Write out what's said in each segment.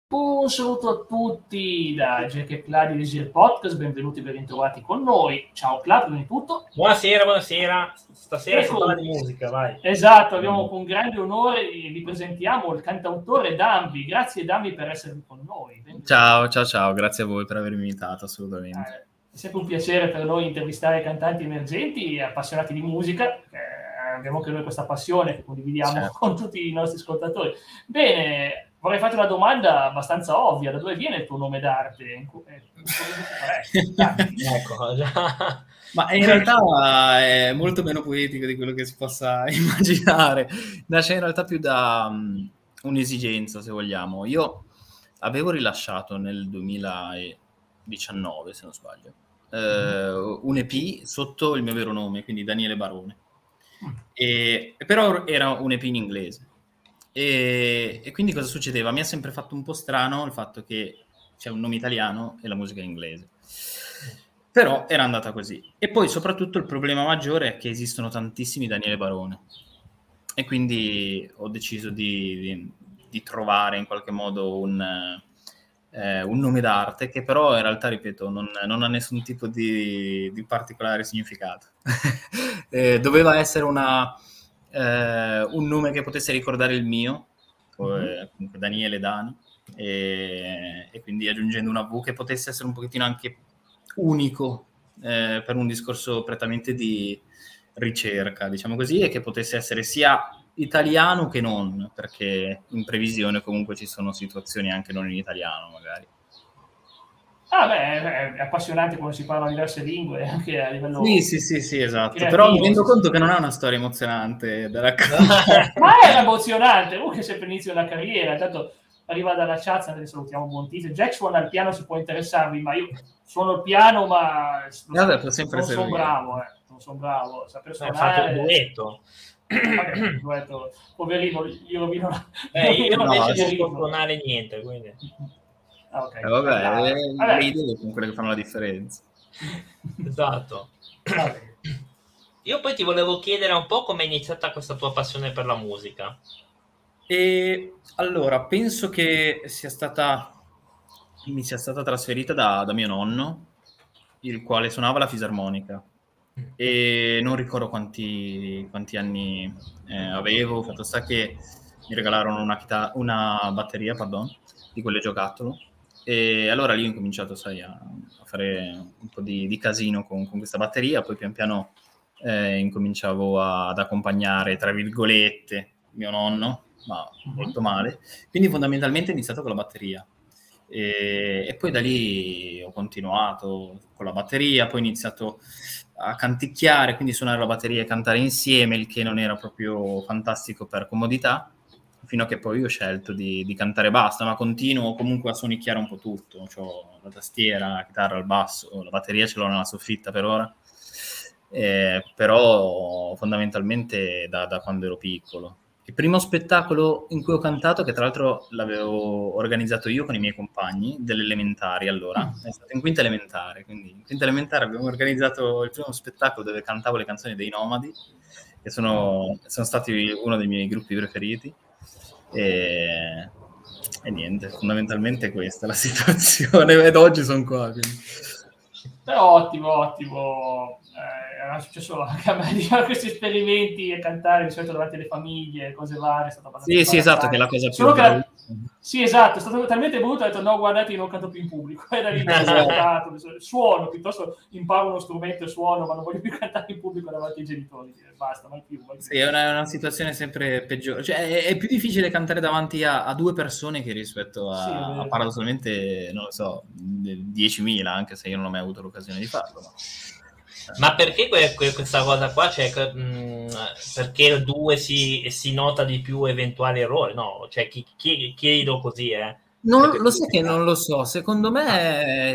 Un saluto a tutti da Jack Claudio di Gir Podcast, benvenuti e ben ritrovati con noi. Ciao Claudio, prima di tutto. Buonasera. Stasera si parla Ecco, di musica, vai. esatto, abbiamo con grande onore vi presentiamo il cantautore Dambi. Grazie Dambi per essere con noi. Benvenuto. Ciao, grazie a voi per avermi invitato, assolutamente. È sempre un piacere per noi intervistare cantanti emergenti e appassionati di musica. Abbiamo anche noi questa passione che condividiamo con tutti i nostri ascoltatori. Bene, vorrei farti una domanda abbastanza ovvia. Da dove viene il tuo nome d'arte? Ecco, già. Ma in realtà è molto meno poetico di quello che si possa immaginare. Nasce in realtà più da un'esigenza, se vogliamo. Io avevo rilasciato nel 2019, se non sbaglio, un EP sotto il mio vero nome, quindi Daniele Barone. Però era un EP in inglese. E quindi cosa succedeva? Mi ha sempre fatto un po' strano il fatto che c'è un nome italiano e la musica in inglese. Però era andata così. E poi soprattutto il problema maggiore è che esistono tantissimi Daniele Barone. E quindi ho deciso di trovare in qualche modo un nome d'arte che però in realtà, ripeto, non ha nessun tipo di particolare significato. Doveva essere un nome che potesse ricordare il mio, comunque Daniele Dani, e quindi aggiungendo una V che potesse essere un pochettino anche unico per un discorso prettamente di ricerca, diciamo così, e che potesse essere sia italiano che non, perché in previsione comunque ci sono situazioni anche non in italiano magari. È appassionante quando si parlano diverse lingue, anche a livello sì, esatto. Però mi rendo conto che non è una storia emozionante da raccontare. Ma è emozionante, che sempre inizio la carriera, tanto arriva dalla chat, ne salutiamo buon tizio. Jack suona il piano, si può interessarvi, ma io suono il piano, ma non sono bravo, non sono bravo. Saper suonare... un duetto. Duetto. Poverino, io rovino io invece non so suonare niente, quindi... Okay. Le idee sono quelle che fanno la differenza. Esatto. Io poi ti volevo chiedere un po' come è iniziata questa tua passione per la musica. E allora, penso che mi sia stata trasferita da mio nonno, il quale suonava la fisarmonica. E non ricordo quanti anni avevo. Fatto sta che mi regalarono una batteria, di quelle giocattolo. E allora lì ho incominciato, a fare un po' di casino con questa batteria. Poi pian piano incominciavo ad accompagnare, tra virgolette, mio nonno, ma molto male. Quindi fondamentalmente ho iniziato con la batteria. E poi da lì ho continuato con la batteria, poi ho iniziato a canticchiare, quindi suonare la batteria e cantare insieme, il che non era proprio fantastico per comodità, fino a che poi ho scelto di cantare basta, ma continuo comunque a sonicchiare un po' tutto. C'ho la tastiera, la chitarra, il basso, la batteria ce l'ho nella soffitta per ora, però fondamentalmente da quando ero piccolo. Il primo spettacolo in cui ho cantato, che tra l'altro l'avevo organizzato io con i miei compagni delle elementari, allora, è stato in quinta elementare, quindi in quinta elementare abbiamo organizzato il primo spettacolo dove cantavo le canzoni dei Nomadi, che sono stati uno dei miei gruppi preferiti, e niente, fondamentalmente questa è la situazione, ed oggi sono qua. Quindi. Però ottimo. Era successo anche a me di fare questi esperimenti e cantare di solito davanti alle famiglie, cose varie. È stato sì, esatto, che è la cosa più bella. Sì, esatto, è stato talmente brutto, ho detto no, guardate, io non canto più in pubblico. E da lì suono, piuttosto imparo uno strumento e suono, ma non voglio più cantare in pubblico davanti ai genitori. Basta, mai più. Sì, è una situazione sempre peggiore. Cioè, è più difficile cantare davanti a due persone che rispetto a paradossalmente, non lo so, 10.000, anche se io non ho mai avuto l'occasione di farlo. Ma perché questa cosa qua? Cioè, perché il 2 si nota di più eventuali errori? No, cioè, chiedo così, Non lo sai che non lo so. Secondo me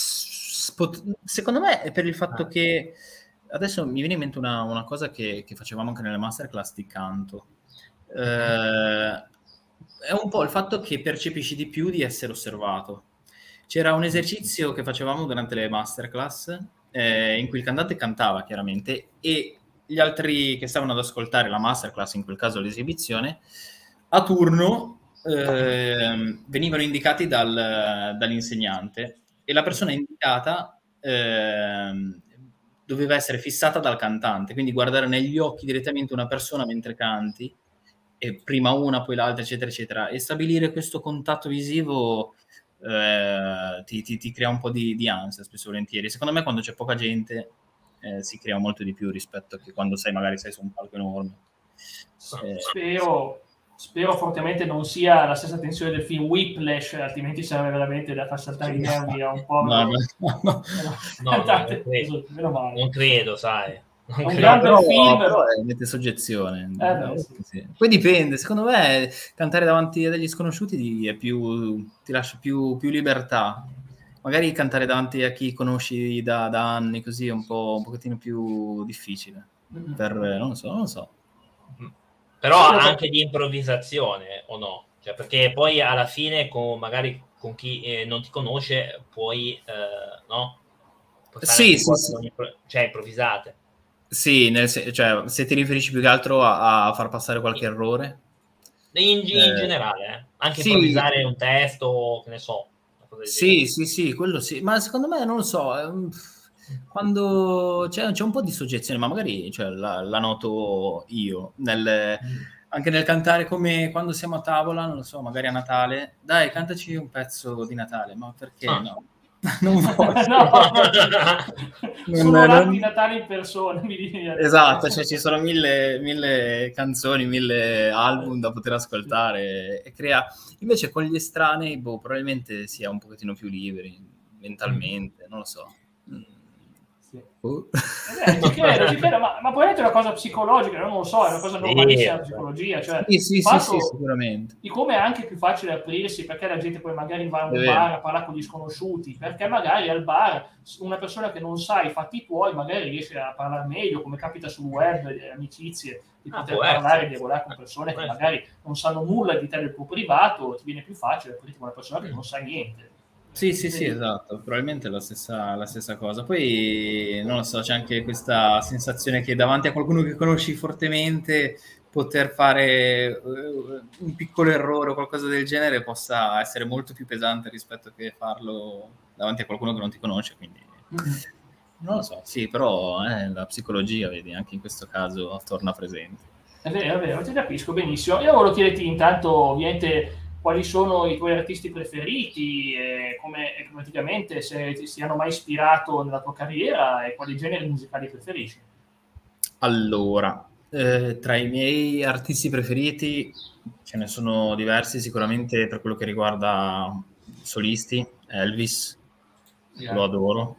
è per il fatto che adesso mi viene in mente una cosa che facevamo anche nelle masterclass di canto. È un po' il fatto che percepisci di più di essere osservato. C'era un esercizio che facevamo durante le masterclass in cui il cantante cantava chiaramente e gli altri che stavano ad ascoltare la masterclass, in quel caso l'esibizione, a turno venivano indicati dall'insegnante e la persona indicata doveva essere fissata dal cantante, quindi guardare negli occhi direttamente una persona mentre canti, e prima una, poi l'altra, eccetera, eccetera, e stabilire questo contatto visivo ti crea un po' di ansia, spesso e volentieri. Secondo me quando c'è poca gente si crea molto di più rispetto a che quando magari sei su un palco enorme. Spero fortemente non sia la stessa tensione del film Whiplash, altrimenti sarebbe veramente da far saltare i nervi a un po'. Meno male. Non credo, sai. È un gran bel film, però mette soggezione. Sì. Poi dipende, secondo me cantare davanti a degli sconosciuti ti lascia più libertà. Magari cantare davanti a chi conosci da anni così è un pochettino più difficile. Non lo so. Però anche di improvvisazione, o no? Cioè, perché poi alla fine magari con chi non ti conosce puoi no? Puoi fare cioè improvvisate. Sì, cioè, se ti riferisci più che altro a far passare qualche errore? In generale, anche improvvisare un testo, che ne so. Sì, quello sì. Ma secondo me, non lo so, quando c'è un po' di soggezione, ma magari la noto io, anche nel cantare, come quando siamo a tavola, non lo so, magari a Natale, dai, cantaci un pezzo di Natale, ma perché no? Non voglio. Sono nati Natale in persona. Esatto, cioè ci sono mille canzoni, 1000 album da poter ascoltare e invece con gli estranei probabilmente si è un pochettino più liberi mentalmente, non lo so. Ci credo, ma probabilmente è una cosa psicologica, non lo so, è una cosa normalissima la psicologia, cioè sì, sicuramente. Di come è anche più facile aprirsi, perché la gente poi magari va a un bar a parlare con gli sconosciuti, perché magari al bar una persona che non sa i fatti tuoi magari riesce a parlare meglio, come capita sul web, delle amicizie, di poter parlare, di volare con persone che magari non sanno nulla di te del tuo privato, ti viene più facile aprirti con una persona che non sa niente. Sì, esatto, probabilmente è la stessa cosa. Poi, non lo so, c'è anche questa sensazione che davanti a qualcuno che conosci fortemente poter fare un piccolo errore o qualcosa del genere possa essere molto più pesante rispetto che farlo davanti a qualcuno che non ti conosce, quindi non lo so, sì, però la psicologia, vedi, anche in questo caso torna presente. È vero, ti capisco benissimo. Io volevo chiederti intanto, ovviamente, quali sono i tuoi artisti preferiti, come praticamente se ti hanno mai ispirato nella tua carriera e quali generi musicali preferisci? Allora, tra i miei artisti preferiti ce ne sono diversi, sicuramente per quello che riguarda solisti, Elvis, lo adoro,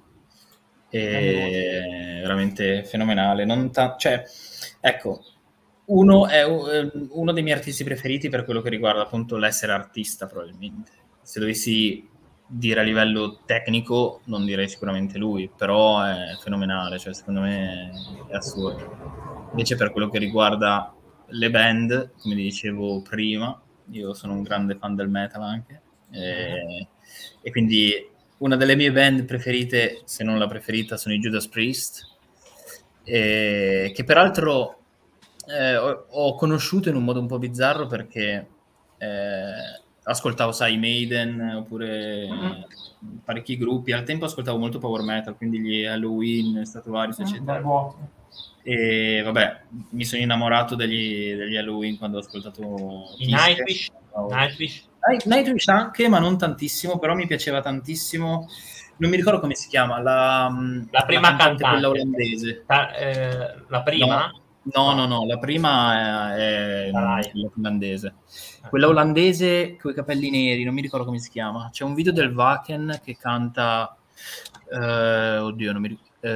è veramente fenomenale. Cioè, ecco, uno è uno dei miei artisti preferiti per quello che riguarda appunto l'essere artista, probabilmente. Se dovessi dire a livello tecnico non direi sicuramente lui, però è fenomenale, cioè secondo me è assurdo. Invece per quello che riguarda le band, come dicevo prima, io sono un grande fan del metal anche, e quindi una delle mie band preferite, se non la preferita, sono i Judas Priest, che peraltro ho conosciuto in un modo un po' bizzarro perché ascoltavo, sai, Maiden oppure parecchi gruppi. Al tempo ascoltavo molto power metal, quindi gli Halloween, Stratovarius, eccetera. E vabbè, mi sono innamorato degli Halloween quando ho ascoltato Nightwish. Nightwish anche, ma non tantissimo, però mi piaceva tantissimo. Non mi ricordo come si chiama, la prima cantante, quella olandese. La prima? No, la prima è l'olandese. Quella olandese con i capelli neri, non mi ricordo come si chiama. C'è un video del Wacken che canta oddio, non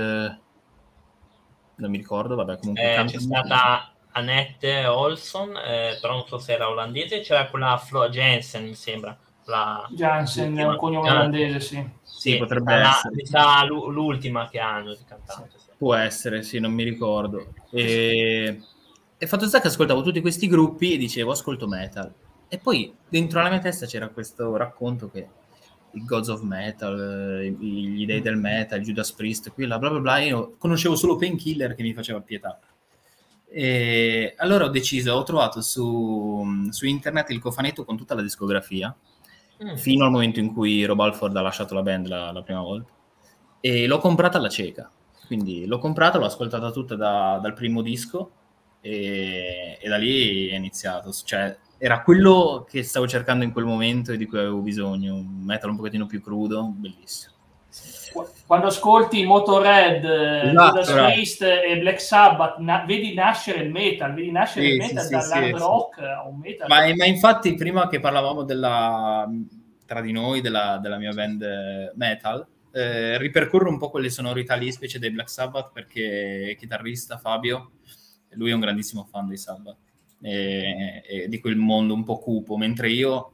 mi ricordo, vabbè, comunque c'è stata Annette Olson, però non so se era olandese, c'era quella Flo Jensen, mi sembra. Jansen è un cognome olandese, sì, potrebbe essere. L'ultima che hanno di cantante. Sì. Può essere, sì, non mi ricordo. E fatto sta che ascoltavo tutti questi gruppi e dicevo ascolto metal. E poi dentro la mia testa c'era questo racconto che i Gods of Metal, gli dei del metal, Judas Priest, qui là, bla bla bla, io conoscevo solo Painkiller che mi faceva pietà. E allora ho trovato su internet il cofanetto con tutta la discografia, fino al momento in cui Rob Halford ha lasciato la band la prima volta, e l'ho comprata alla cieca. Quindi l'ho comprata, l'ho ascoltata tutta dal primo disco, e da lì è iniziato. Cioè, era quello che stavo cercando in quel momento e di cui avevo bisogno, un metal un pochettino più crudo, bellissimo. Quando ascolti Motorhead, Judas Priest e Black Sabbath, vedi nascere il metal, dall'hard rock a un metal. Ma infatti, prima che parlavamo tra di noi, della mia band metal, ripercorro un po' quelle sonorità lì, specie dei Black Sabbath, perché il chitarrista Fabio, lui è un grandissimo fan dei Sabbath e di quel mondo un po' cupo, mentre io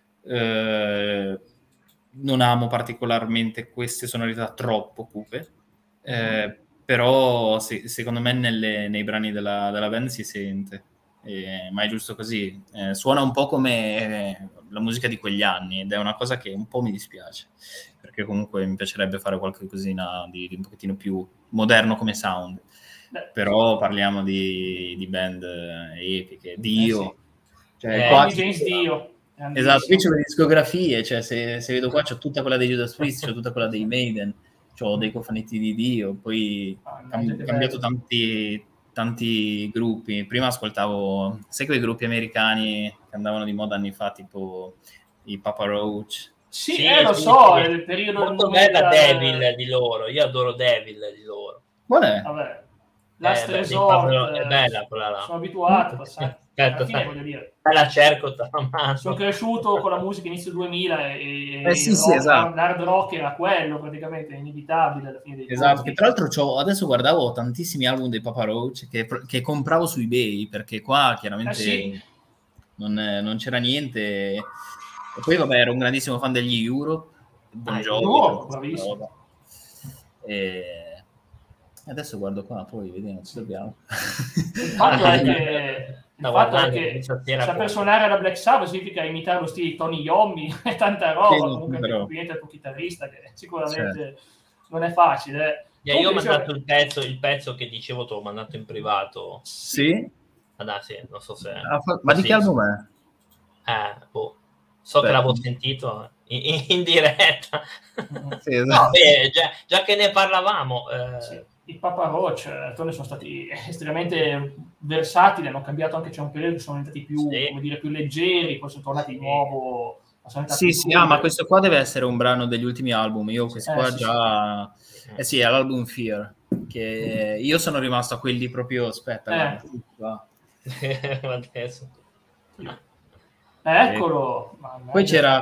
non amo particolarmente queste sonorità troppo cupe, però secondo me nei brani della band si sente, ma è giusto così. Suona un po' come la musica di quegli anni, ed è una cosa che un po' mi dispiace, perché comunque mi piacerebbe fare qualche cosina di un pochettino più moderno come sound. Però parliamo di band epiche, Dio. Cioè, James Dio. Esatto, qui c'ho le discografie, cioè se vedo qua c'ho tutta quella dei Judas Priest, c'ho tutta quella dei Maiden, c'ho dei cofanetti di Dio, poi ho cambiato tanti gruppi. Prima ascoltavo, sai quei gruppi americani che andavano di moda anni fa, tipo i Papa Roach? Sì, lo so, è il periodo molto bella Devil di loro, io adoro Devil di loro. Qual è? Vabbè, Last Resort, è bella quella là. Sono abituato, alla fine voglio dire. La cerco, sono cresciuto con la musica inizio 2000 e esatto. l'hard rock era quello praticamente inevitabile alla fine dei esatto, che tra l'altro adesso guardavo tantissimi album dei Papa Roach che compravo su eBay, perché qua chiaramente non c'era niente, e poi vabbè ero un grandissimo fan degli Euro, Bon Jovi, bravissimo. E adesso guardo qua, poi vediamo, ci dobbiamo. Il fatto è che saper suonare la Black Sabbath significa imitare lo stile di Tony Iommi e tanta roba, comunque complimenti al tuo chitarrista, che sicuramente non è facile. Io ho mandato il pezzo che dicevo, te l'ho mandato in privato. Sì? Sì, non so se... Ma di che album è? So che l'avevo sentito in diretta. Sì, esatto. Già che ne parlavamo... I Papa Roach sono stati estremamente versatili, hanno cambiato anche, c'è un periodo che sono diventati più, come dire, più leggeri, poi sono tornati di nuovo. Ma questo qua deve essere un brano degli ultimi album. Io questo qua già... Sì, è l'album Fear, che io sono rimasto a quelli proprio... Aspetta, adesso. Eccolo. Poi c'era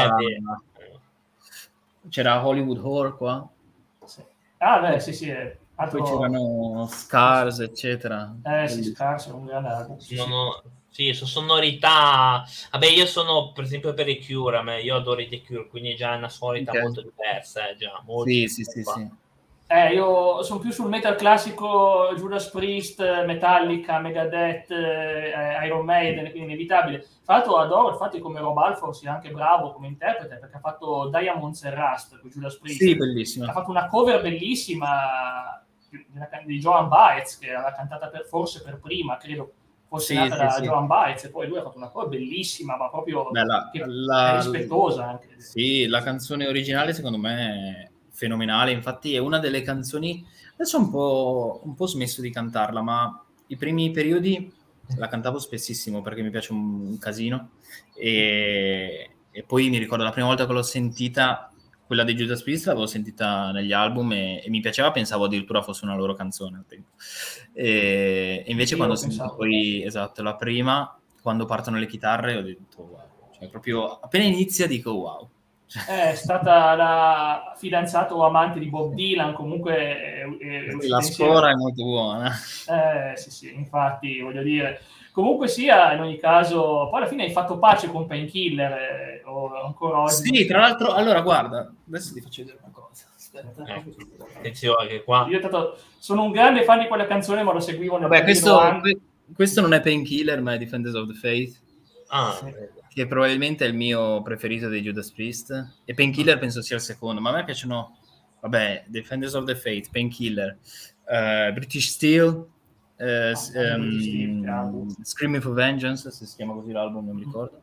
Hollywood Horror qua. Sì. Sì. Poi c'erano Scars, eccetera. Scars è un grande album. Sì, su sonorità. Vabbè, io sono per esempio per i Cure, io adoro i The Cure, quindi è già una sonorità molto diversa. Già, molto sì. Io sono più sul metal classico, Judas Priest, Metallica, Megadeth, Iron Maiden, quindi inevitabile. Tra l'altro adoro il fatto che come Rob Halford sia anche bravo come interprete, perché ha fatto Diamonds and Rust con Judas Priest. Sì, bellissimo. Ha fatto una cover bellissima di Joan Baez, che aveva cantata forse per prima, credo fosse nata da Joan Baez, e poi lui ha fatto una cover bellissima, ma proprio rispettosa anche. Sì, la canzone originale secondo me è fenomenale, infatti è una delle canzoni, adesso ho un po' smesso di cantarla, ma i primi periodi la cantavo spessissimo perché mi piace un casino, e poi mi ricordo la prima volta che l'ho sentita, quella di Judas Priest, l'avevo sentita negli album e mi piaceva, pensavo addirittura fosse una loro canzone al tempo. E invece quando ho sentito poi, la prima, quando partono le chitarre, ho detto wow, cioè proprio appena inizia dico wow. È stata la fidanzata o amante di Bob Dylan, comunque la scora è molto buona. Sì, infatti, voglio dire, comunque sia, in ogni caso, poi alla fine hai fatto pace con Painkiller o ancora oggi? Sì, tra l'altro, allora guarda, adesso ti faccio vedere una cosa. Aspetta. Attenzione che qua. Io sono un grande fan di quella canzone, ma lo seguivo nel questo non è Painkiller, ma è Defenders of the Faith. Che probabilmente è il mio preferito dei Judas Priest, e Painkiller penso sia il secondo, ma a me piacciono, Defenders of the Faith, Painkiller, British Steel, Screaming for Vengeance, se si chiama così l'album, non mi ricordo.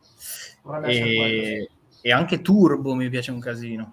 E anche Turbo mi piace un casino.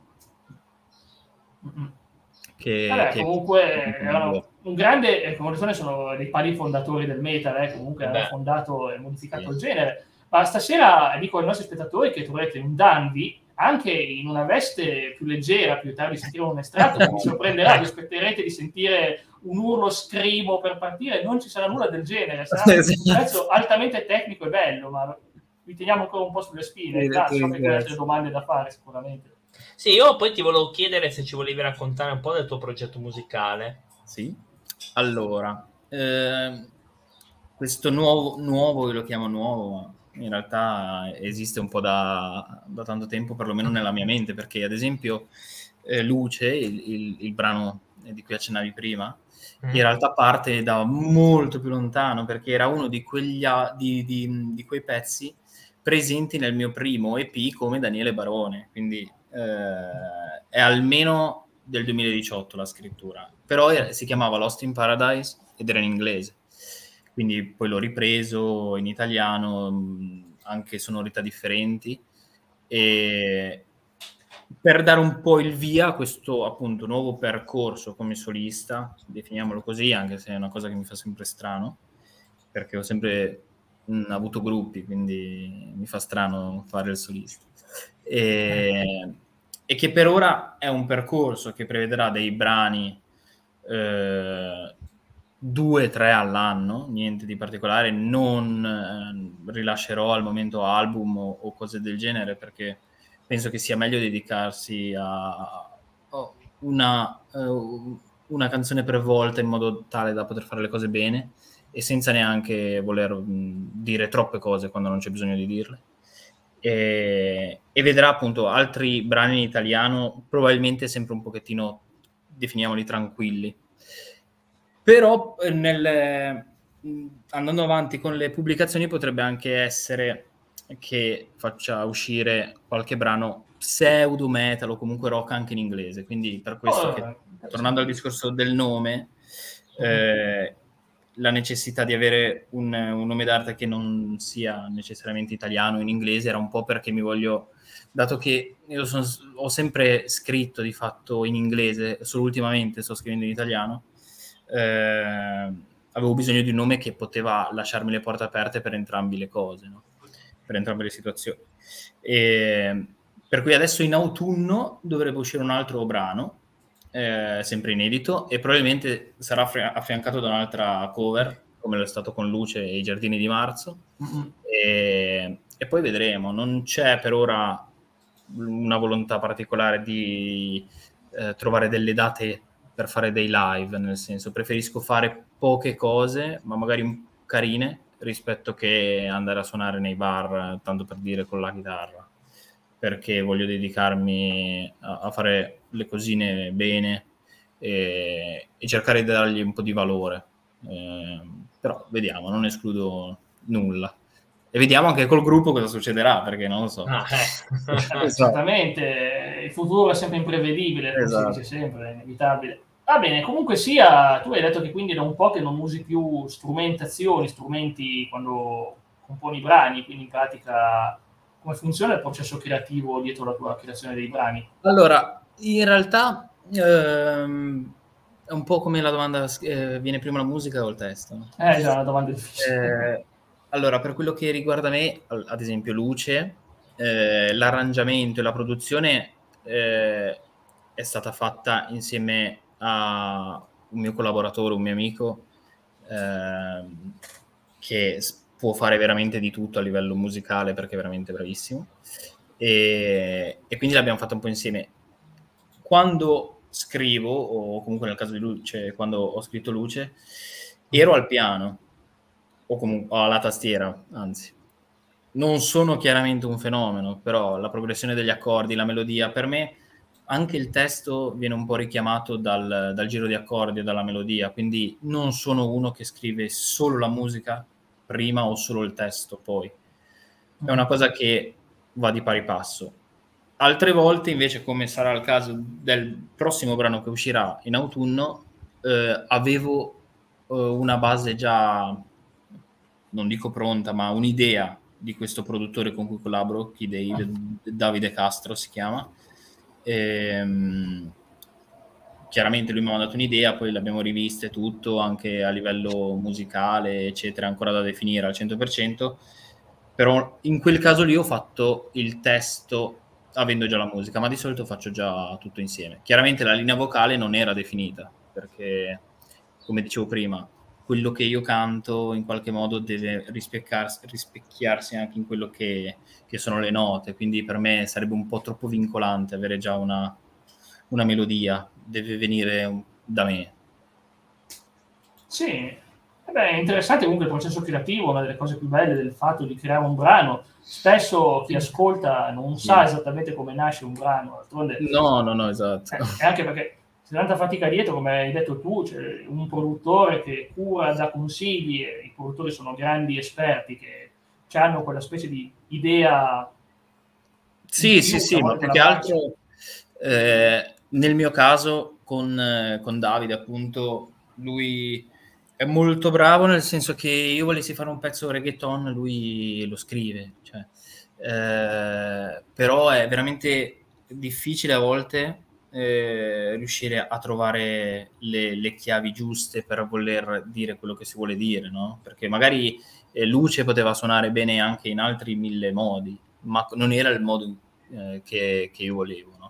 Comunque erano un grande, come sono dei pali fondatori del metal, comunque hanno fondato e modificato il genere. Ma stasera dico ai nostri spettatori che troverete un Dandy anche in una veste più leggera, più tardi sentiremo un estratto che vi sorprenderà, vi aspetterete di sentire un urlo scrimo per partire, non ci sarà nulla del genere, sarà un pezzo altamente tecnico e bello, ma vi teniamo ancora un po' sulle spine, so che hai altre domande da fare sicuramente. Sì, io poi ti volevo chiedere se ci volevi raccontare un po' del tuo progetto musicale. Sì, allora, questo nuovo, io lo chiamo nuovo, ma in realtà esiste un po' da tanto tempo, perlomeno nella mia mente, perché ad esempio Luce, il brano di cui accennavi prima, in realtà parte da molto più lontano, perché era uno di quei pezzi presenti nel mio primo EP come Daniele Barone, quindi è almeno del 2018 la scrittura, però si chiamava Lost in Paradise ed era in inglese, quindi poi l'ho ripreso in italiano, anche sonorità differenti, e per dare un po' il via a questo appunto nuovo percorso come solista, definiamolo così, anche se è una cosa che mi fa sempre strano, perché ho sempre avuto gruppi, quindi mi fa strano fare il solista. E che per ora è un percorso che prevederà dei brani 2-3 all'anno, niente di particolare, non rilascerò al momento album o cose del genere, perché penso che sia meglio dedicarsi a una canzone per volta, in modo tale da poter fare le cose bene e senza neanche voler dire troppe cose quando non c'è bisogno di dirle. E vedrà appunto altri brani in italiano, probabilmente sempre un pochettino, definiamoli, tranquilli. Però andando avanti con le pubblicazioni potrebbe anche essere che faccia uscire qualche brano pseudo metal o comunque rock anche in inglese, quindi per questo tornando al discorso del nome, la necessità di avere un nome d'arte che non sia necessariamente italiano in inglese era un po' perché mi voglio, dato che io ho sempre scritto di fatto in inglese, solo ultimamente sto scrivendo in italiano, avevo bisogno di un nome che poteva lasciarmi le porte aperte per entrambe le cose, no? Per entrambe le situazioni. Per cui adesso in autunno dovrebbe uscire un altro brano, sempre inedito, e probabilmente sarà affiancato da un'altra cover, come lo è stato con Luce e I Giardini di Marzo, e poi vedremo. Non c'è per ora una volontà particolare di trovare delle date per fare dei live, nel senso preferisco fare poche cose, ma magari carine, rispetto che andare a suonare nei bar, tanto per dire, con la chitarra, perché voglio dedicarmi a fare le cosine bene e cercare di dargli un po' di valore, però vediamo, non escludo nulla e vediamo anche col gruppo cosa succederà, perché non lo so. Certamente il futuro è sempre imprevedibile, esatto. Si dice sempre, è inevitabile. Va bene, comunque sia, tu hai detto che quindi da un po' che non usi più strumenti quando componi i brani, quindi in pratica come funziona il processo creativo dietro la tua creazione dei brani? Allora, in realtà è un po' come la domanda, viene prima la musica o il testo? No? Già, una domanda difficile. Allora, per quello che riguarda me, ad esempio Luce, l'arrangiamento e la produzione è stata fatta insieme a un mio collaboratore, un mio amico, che può fare veramente di tutto a livello musicale perché è veramente bravissimo, e quindi l'abbiamo fatto un po' insieme. Quando scrivo, o comunque nel caso di Luce, quando ho scritto Luce, ero al piano o comunque alla tastiera, anzi. Non sono chiaramente un fenomeno, però la progressione degli accordi, la melodia, per me anche il testo viene un po' richiamato dal giro di accordi e dalla melodia, quindi non sono uno che scrive solo la musica prima o solo il testo poi. È una cosa che va di pari passo. Altre volte invece, come sarà il caso del prossimo brano che uscirà in autunno, avevo una base già, non dico pronta, ma un'idea di questo produttore con cui collaboro, Davide Castro si chiama. Chiaramente lui mi ha mandato un'idea, poi l'abbiamo rivista e tutto, anche a livello musicale, eccetera, ancora da definire al 100%, però in quel caso lì ho fatto il testo avendo già la musica, ma di solito faccio già tutto insieme. Chiaramente la linea vocale non era definita, perché, come dicevo prima, quello che io canto in qualche modo deve rispecchiarsi anche in quello che sono le note, quindi per me sarebbe un po' troppo vincolante avere già una melodia, deve venire da me. Sì, è interessante comunque il processo creativo, una delle cose più belle del fatto di creare un brano. Spesso chi ascolta non sa esattamente come nasce un brano. No, esatto. E anche perché c'è tanta fatica dietro, come hai detto tu, c'è un produttore che cura, dà consigli, e i produttori sono grandi esperti che hanno quella specie di idea. Sì, ma più che altro nel mio caso con Davide, appunto, lui è molto bravo, nel senso che io volessi fare un pezzo reggaeton, lui lo scrive, cioè, però è veramente difficile a volte riuscire a trovare le chiavi giuste per voler dire quello che si vuole dire, no? Perché magari Luce poteva suonare bene anche in altri 1000 modi, ma non era il modo che io volevo, no?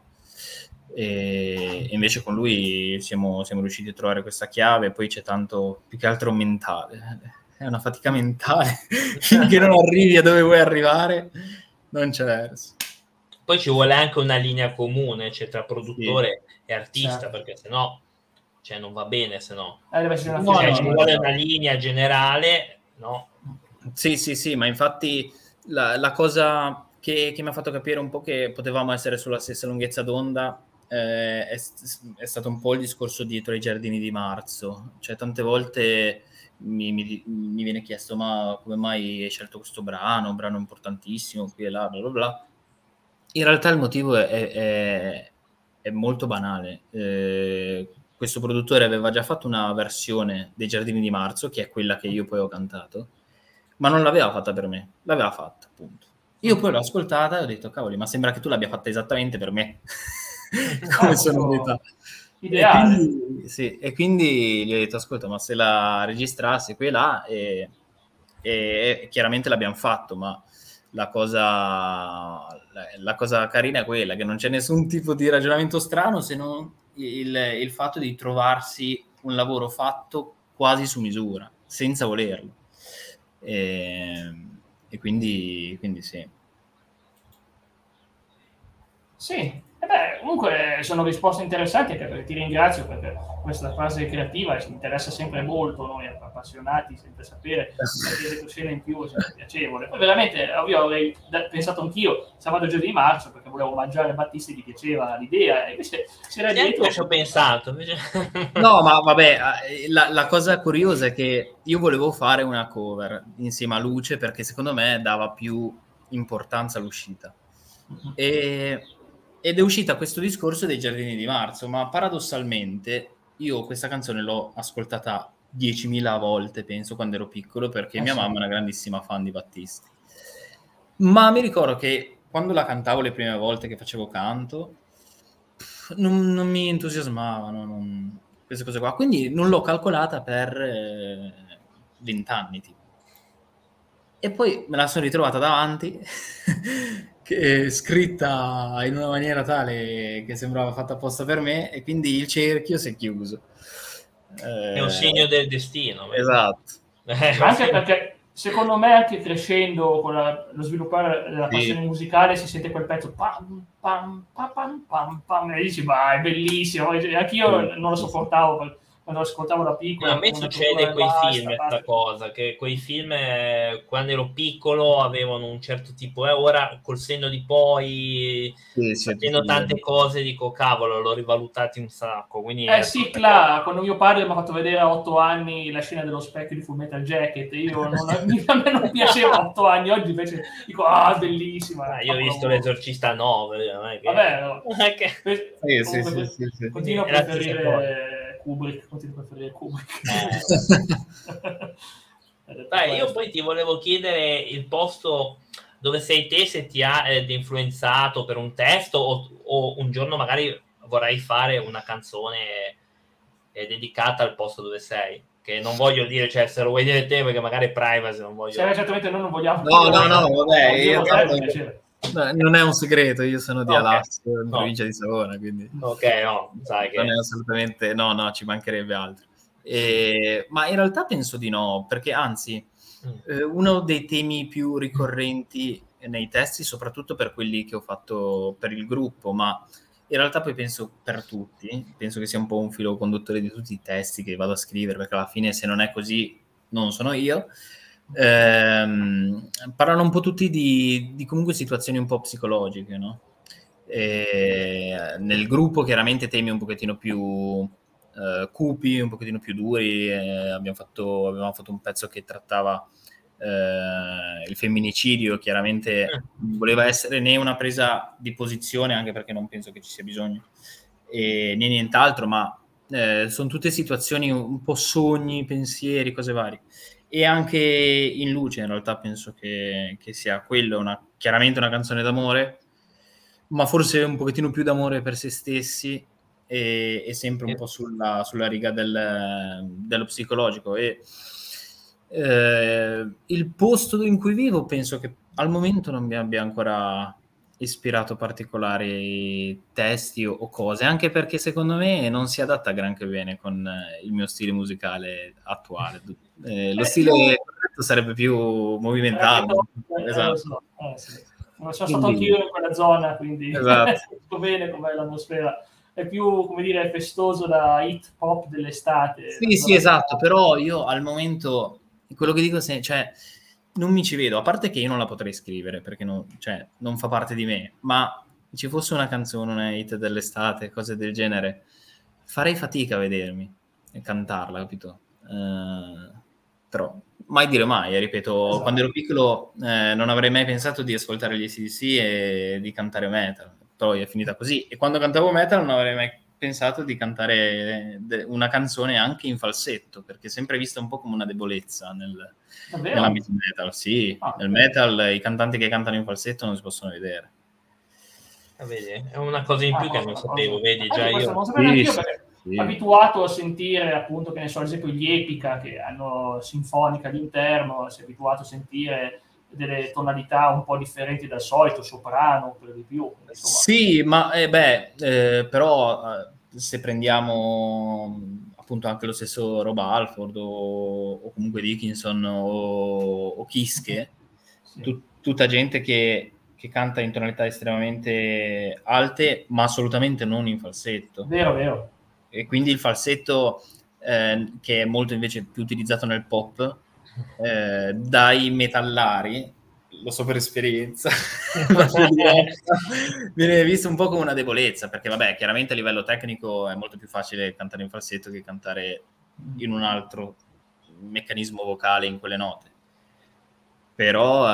E invece con lui siamo riusciti a trovare questa chiave. Poi c'è tanto, più che altro mentale, è una fatica mentale finché non arrivi a dove vuoi arrivare non c'è verso. Poi ci vuole anche una linea comune, cioè tra produttore e artista, certo, perché sennò cioè non va bene, sennò ci vuole una linea generale, no? Sì, ma infatti la cosa che mi ha fatto capire un po' che potevamo essere sulla stessa lunghezza d'onda è stato un po' il discorso dietro ai Giardini di Marzo. Cioè tante volte mi viene chiesto: ma come mai hai scelto questo brano, un brano importantissimo, qui e là, bla bla bla. In realtà il motivo è molto banale. Questo produttore aveva già fatto una versione dei Giardini di Marzo, che è quella che io poi ho cantato, ma non l'aveva fatta per me, l'aveva fatta, appunto. Io poi l'ho ascoltata e ho detto: cavoli, ma sembra che tu l'abbia fatta esattamente per me. Come sonorità. Ideale. E quindi gli ho detto: ascolta, ma se la registrassi qui e là, e chiaramente l'abbiamo fatto, ma la cosa carina è quella, che non c'è nessun tipo di ragionamento strano, se non il fatto di trovarsi un lavoro fatto quasi su misura, senza volerlo. E quindi sì. Sì, comunque sono risposte interessanti, anche perché ti ringrazio, perché questa fase creativa ci interessa sempre molto, noi appassionati, sempre sapere che scena in più è sempre piacevole. Poi veramente io avrei pensato anch'io sabato Giardini di Marzo, perché volevo mangiare Battisti, mi piaceva l'idea, e invece c'era dietro. Ci ho pensato. No, ma vabbè, la cosa curiosa è che io volevo fare una cover insieme a Luce, perché secondo me dava più importanza all'uscita. Ed è uscita questo discorso dei Giardini di Marzo, ma paradossalmente io questa canzone l'ho ascoltata 10.000 volte, penso, quando ero piccolo, perché mia mamma è una grandissima fan di Battisti. Ma mi ricordo che quando la cantavo le prime volte che facevo canto, non mi entusiasmavano queste cose qua, quindi non l'ho calcolata per 20 anni tipo. E poi me la sono ritrovata davanti che è scritta in una maniera tale che sembrava fatta apposta per me, e quindi il cerchio si è chiuso. È un segno del destino. Esatto. Anche perché secondo me, anche crescendo con lo sviluppare la passione musicale, si sente quel pezzo pam pam pam pam pam e dici: ma è bellissimo. Anch'io non lo sopportavo quando ascoltavo da piccolo. A me succede quei film, questa cosa, che quei film quando ero piccolo avevano un certo tipo, ora col senno di poi, facendo tante cose, dico cavolo, l'ho rivalutati un sacco. Quindi sì, quando mio padre mi ha fatto vedere a 8 anni la scena dello specchio di Full Metal Jacket, a me non piaceva a 8 anni, oggi invece dico bellissima. Io ho visto L'Esorcista 9, vabbè, no. Continuo a preferire Kubrick, continui a preferire Kubrick. Dai, io poi ti volevo chiedere il posto dove sei te, se ti ha influenzato per un testo o un giorno magari vorrai fare una canzone dedicata al posto dove sei, che non voglio dire, cioè se lo vuoi dire te perché magari è privacy, non voglio... certamente noi non vogliamo... No, vabbè, non è un segreto, io sono di Alassio, in provincia di Savona, quindi... Ok, no, sai che... Non è assolutamente... No, ci mancherebbe altro. Ma in realtà penso di no, perché anzi, uno dei temi più ricorrenti nei testi, soprattutto per quelli che ho fatto per il gruppo, ma in realtà poi penso per tutti, penso che sia un po' un filo conduttore di tutti i testi che vado a scrivere, perché alla fine se non è così non sono io, parlano un po' tutti di comunque situazioni un po' psicologiche, no? Nel gruppo chiaramente temi un pochettino più cupi, un pochettino più duri, avevamo fatto un pezzo che trattava il femminicidio, chiaramente voleva essere né una presa di posizione, anche perché non penso che ci sia bisogno, né nient'altro, ma sono tutte situazioni un po' sogni, pensieri, cose varie. E anche In Luce in realtà penso che sia quello, chiaramente una canzone d'amore, ma forse un pochettino più d'amore per se stessi e sempre un po' sulla riga dello psicologico. E il posto in cui vivo penso che al momento non mi abbia ancora ispirato particolari testi o cose, anche perché secondo me non si adatta granché bene con il mio stile musicale attuale. Lo stile corretto sarebbe più movimentato. Esatto. Sono stato anch'io in quella zona, quindi so bene com'è l'atmosfera. È più, come dire, festoso da hit pop dell'estate. Sì, esatto, però io al momento, quello che dico, cioè, non mi ci vedo, a parte che io non la potrei scrivere, perché non fa parte di me, ma ci fosse una canzone, una hit dell'estate, cose del genere, farei fatica a vedermi e cantarla, capito? Però mai dire mai, ripeto, esatto. Quando ero piccolo non avrei mai pensato di ascoltare gli AC/DC e di cantare metal, poi è finita così, e quando cantavo metal non avrei mai pensato di cantare una canzone anche in falsetto, perché sempre vista un po' come una debolezza nell'ambito metal. Sì, nel metal i cantanti che cantano in falsetto non si possono vedere. Vedi, è una cosa in più che non sapevo, vedi, già io... Non sapevo neanche io, perché abituato a sentire, appunto, che ne so, ad esempio gli Epica, che hanno sinfonica all'interno, si è abituato a sentire delle tonalità un po' differenti dal solito, soprano per di più, insomma. Sì, ma però se prendiamo appunto anche lo stesso Rob Halford o comunque Dickinson o Kiske, tutta gente che canta in tonalità estremamente alte, ma assolutamente non in falsetto. Vero. E quindi il falsetto, che è molto invece più utilizzato nel pop, dai metallari, lo so per esperienza, viene visto un po' come una debolezza, perché vabbè, chiaramente a livello tecnico è molto più facile cantare in falsetto che cantare in un altro meccanismo vocale in quelle note. Però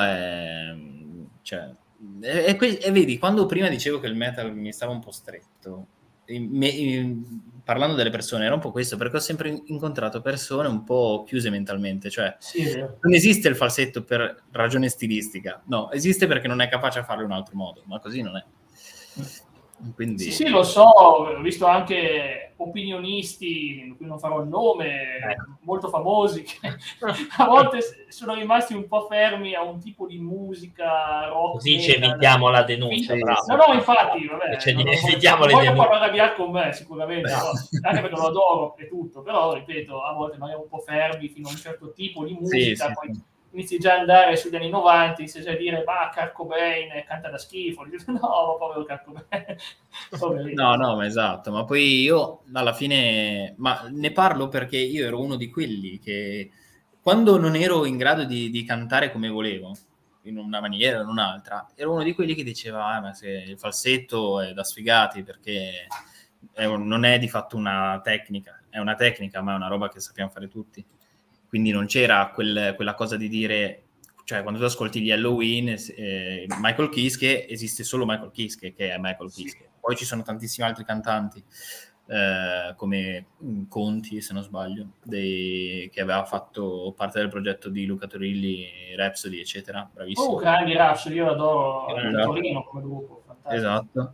e vedi, quando prima dicevo che il metal mi stava un po' stretto, parlando delle persone era un po' questo, perché ho sempre incontrato persone un po' chiuse mentalmente, cioè non esiste il falsetto per ragione stilistica, no, esiste perché non è capace a farlo in un altro modo, ma così non è. Quindi... Sì, lo so, ho visto anche opinionisti, in cui non farò il nome, molto famosi, che a volte sono rimasti un po' fermi a un tipo di musica rock. Così ci evitiamo la denuncia, bravo. No, infatti, vabbè, non voglio arrabbiare con me, sicuramente, no, anche perché lo adoro e tutto, però, ripeto, a volte magari un po' fermi fino a un certo tipo di musica, poi inizi già ad andare sugli anni 90, inizi già a dire, ma Kurt Cobain canta da schifo, no, povero Kurt Cobain. No, ma esatto, ma poi io alla fine, ma ne parlo perché io ero uno di quelli che quando non ero in grado di cantare come volevo, in una maniera o in un'altra, ero uno di quelli che diceva, ma se il falsetto è da sfigati, perché non è di fatto una tecnica, è una tecnica, ma è una roba che sappiamo fare tutti. Quindi non c'era quella cosa di dire, cioè quando tu ascolti gli Halloween, Michael Kiske, esiste solo Michael Kiske, che è Michael Kiske. Poi ci sono tantissimi altri cantanti, come Conti, se non sbaglio, che aveva fatto parte del progetto di Luca Turilli, Rhapsody, eccetera. Bravissimo. Grandi Rhapsody, io adoro Torino come gruppo, fantastico. Esatto.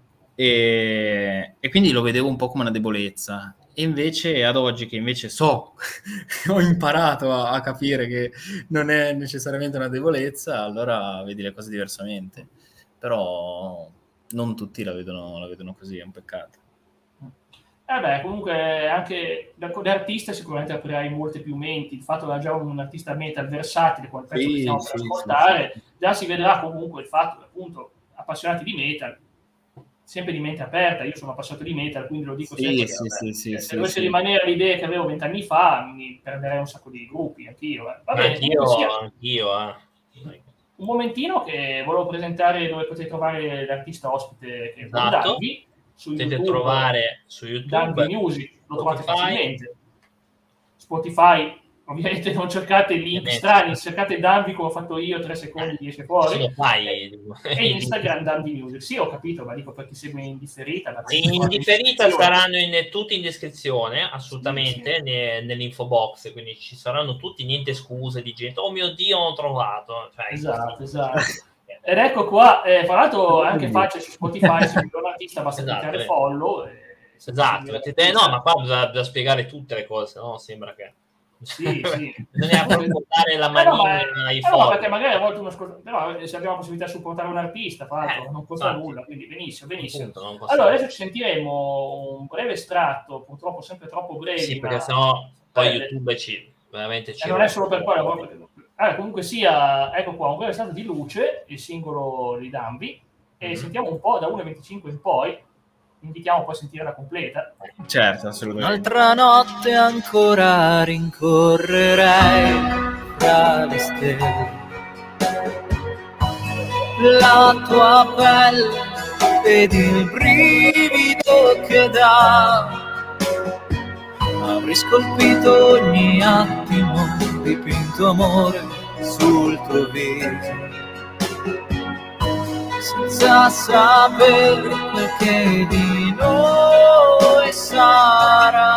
E quindi lo vedevo un po' come una debolezza. E invece ad oggi, che invece ho imparato a capire che non è necessariamente una debolezza, allora vedi le cose diversamente. Però non tutti la vedono così, è un peccato. Comunque anche come artista sicuramente aprirai molte più menti. Il fatto che era già un artista metal versatile, con il pezzo che stiamo per ascoltare, già si vedrà comunque il fatto che appunto appassionati di metal, sempre di mente aperta. Io sono appassionato di metal, quindi lo dico sempre. Se dovessi rimanere all'idea che avevo 20 anni fa, mi perderei un sacco di gruppi, anch'io. Va bene, anch'io. Un momentino che volevo presentare dove potete trovare l'artista ospite che esatto. Potete trovare su YouTube Danby Music, lo trovate facilmente. Spotify, ovviamente non cercate link strani, cercate Danby come ho fatto io, 3 secondi esce fuori. E Instagram Danby Music. Sì, ho capito, ma dico per chi segue in differita. In differita saranno tutti in descrizione, assolutamente, nell'info box, quindi ci saranno tutti, niente scuse di gente, oh mio Dio, ho trovato. Esatto. Ed ecco qua, tra l'altro anche faccia su Spotify, se un artista basta cliccare follow. Ma qua bisogna spiegare tutte le cose, no? Sembra che... Sì. Bisogna portare la manina ai follow. Perché magari a volte però se abbiamo la possibilità di supportare un artista, non costa nulla, quindi benissimo. Allora, adesso ci sentiremo un breve estratto, purtroppo sempre troppo breve. Sì, perché sennò poi YouTube veramente ci... non è solo per quello, comunque sia, ecco qua, un breve estratto di Luce, il singolo di Danby, e sentiamo un po' da 1.25 in poi, invitiamo poi a sentire la completa. Certo, assolutamente. Un'altra notte ancora rincorrerei tra le stelle la tua pelle ed il brivido che dà. Avrei scolpito ogni attimo, dipinto amore sul tuo viso, senza sapere quel che di noi sarà.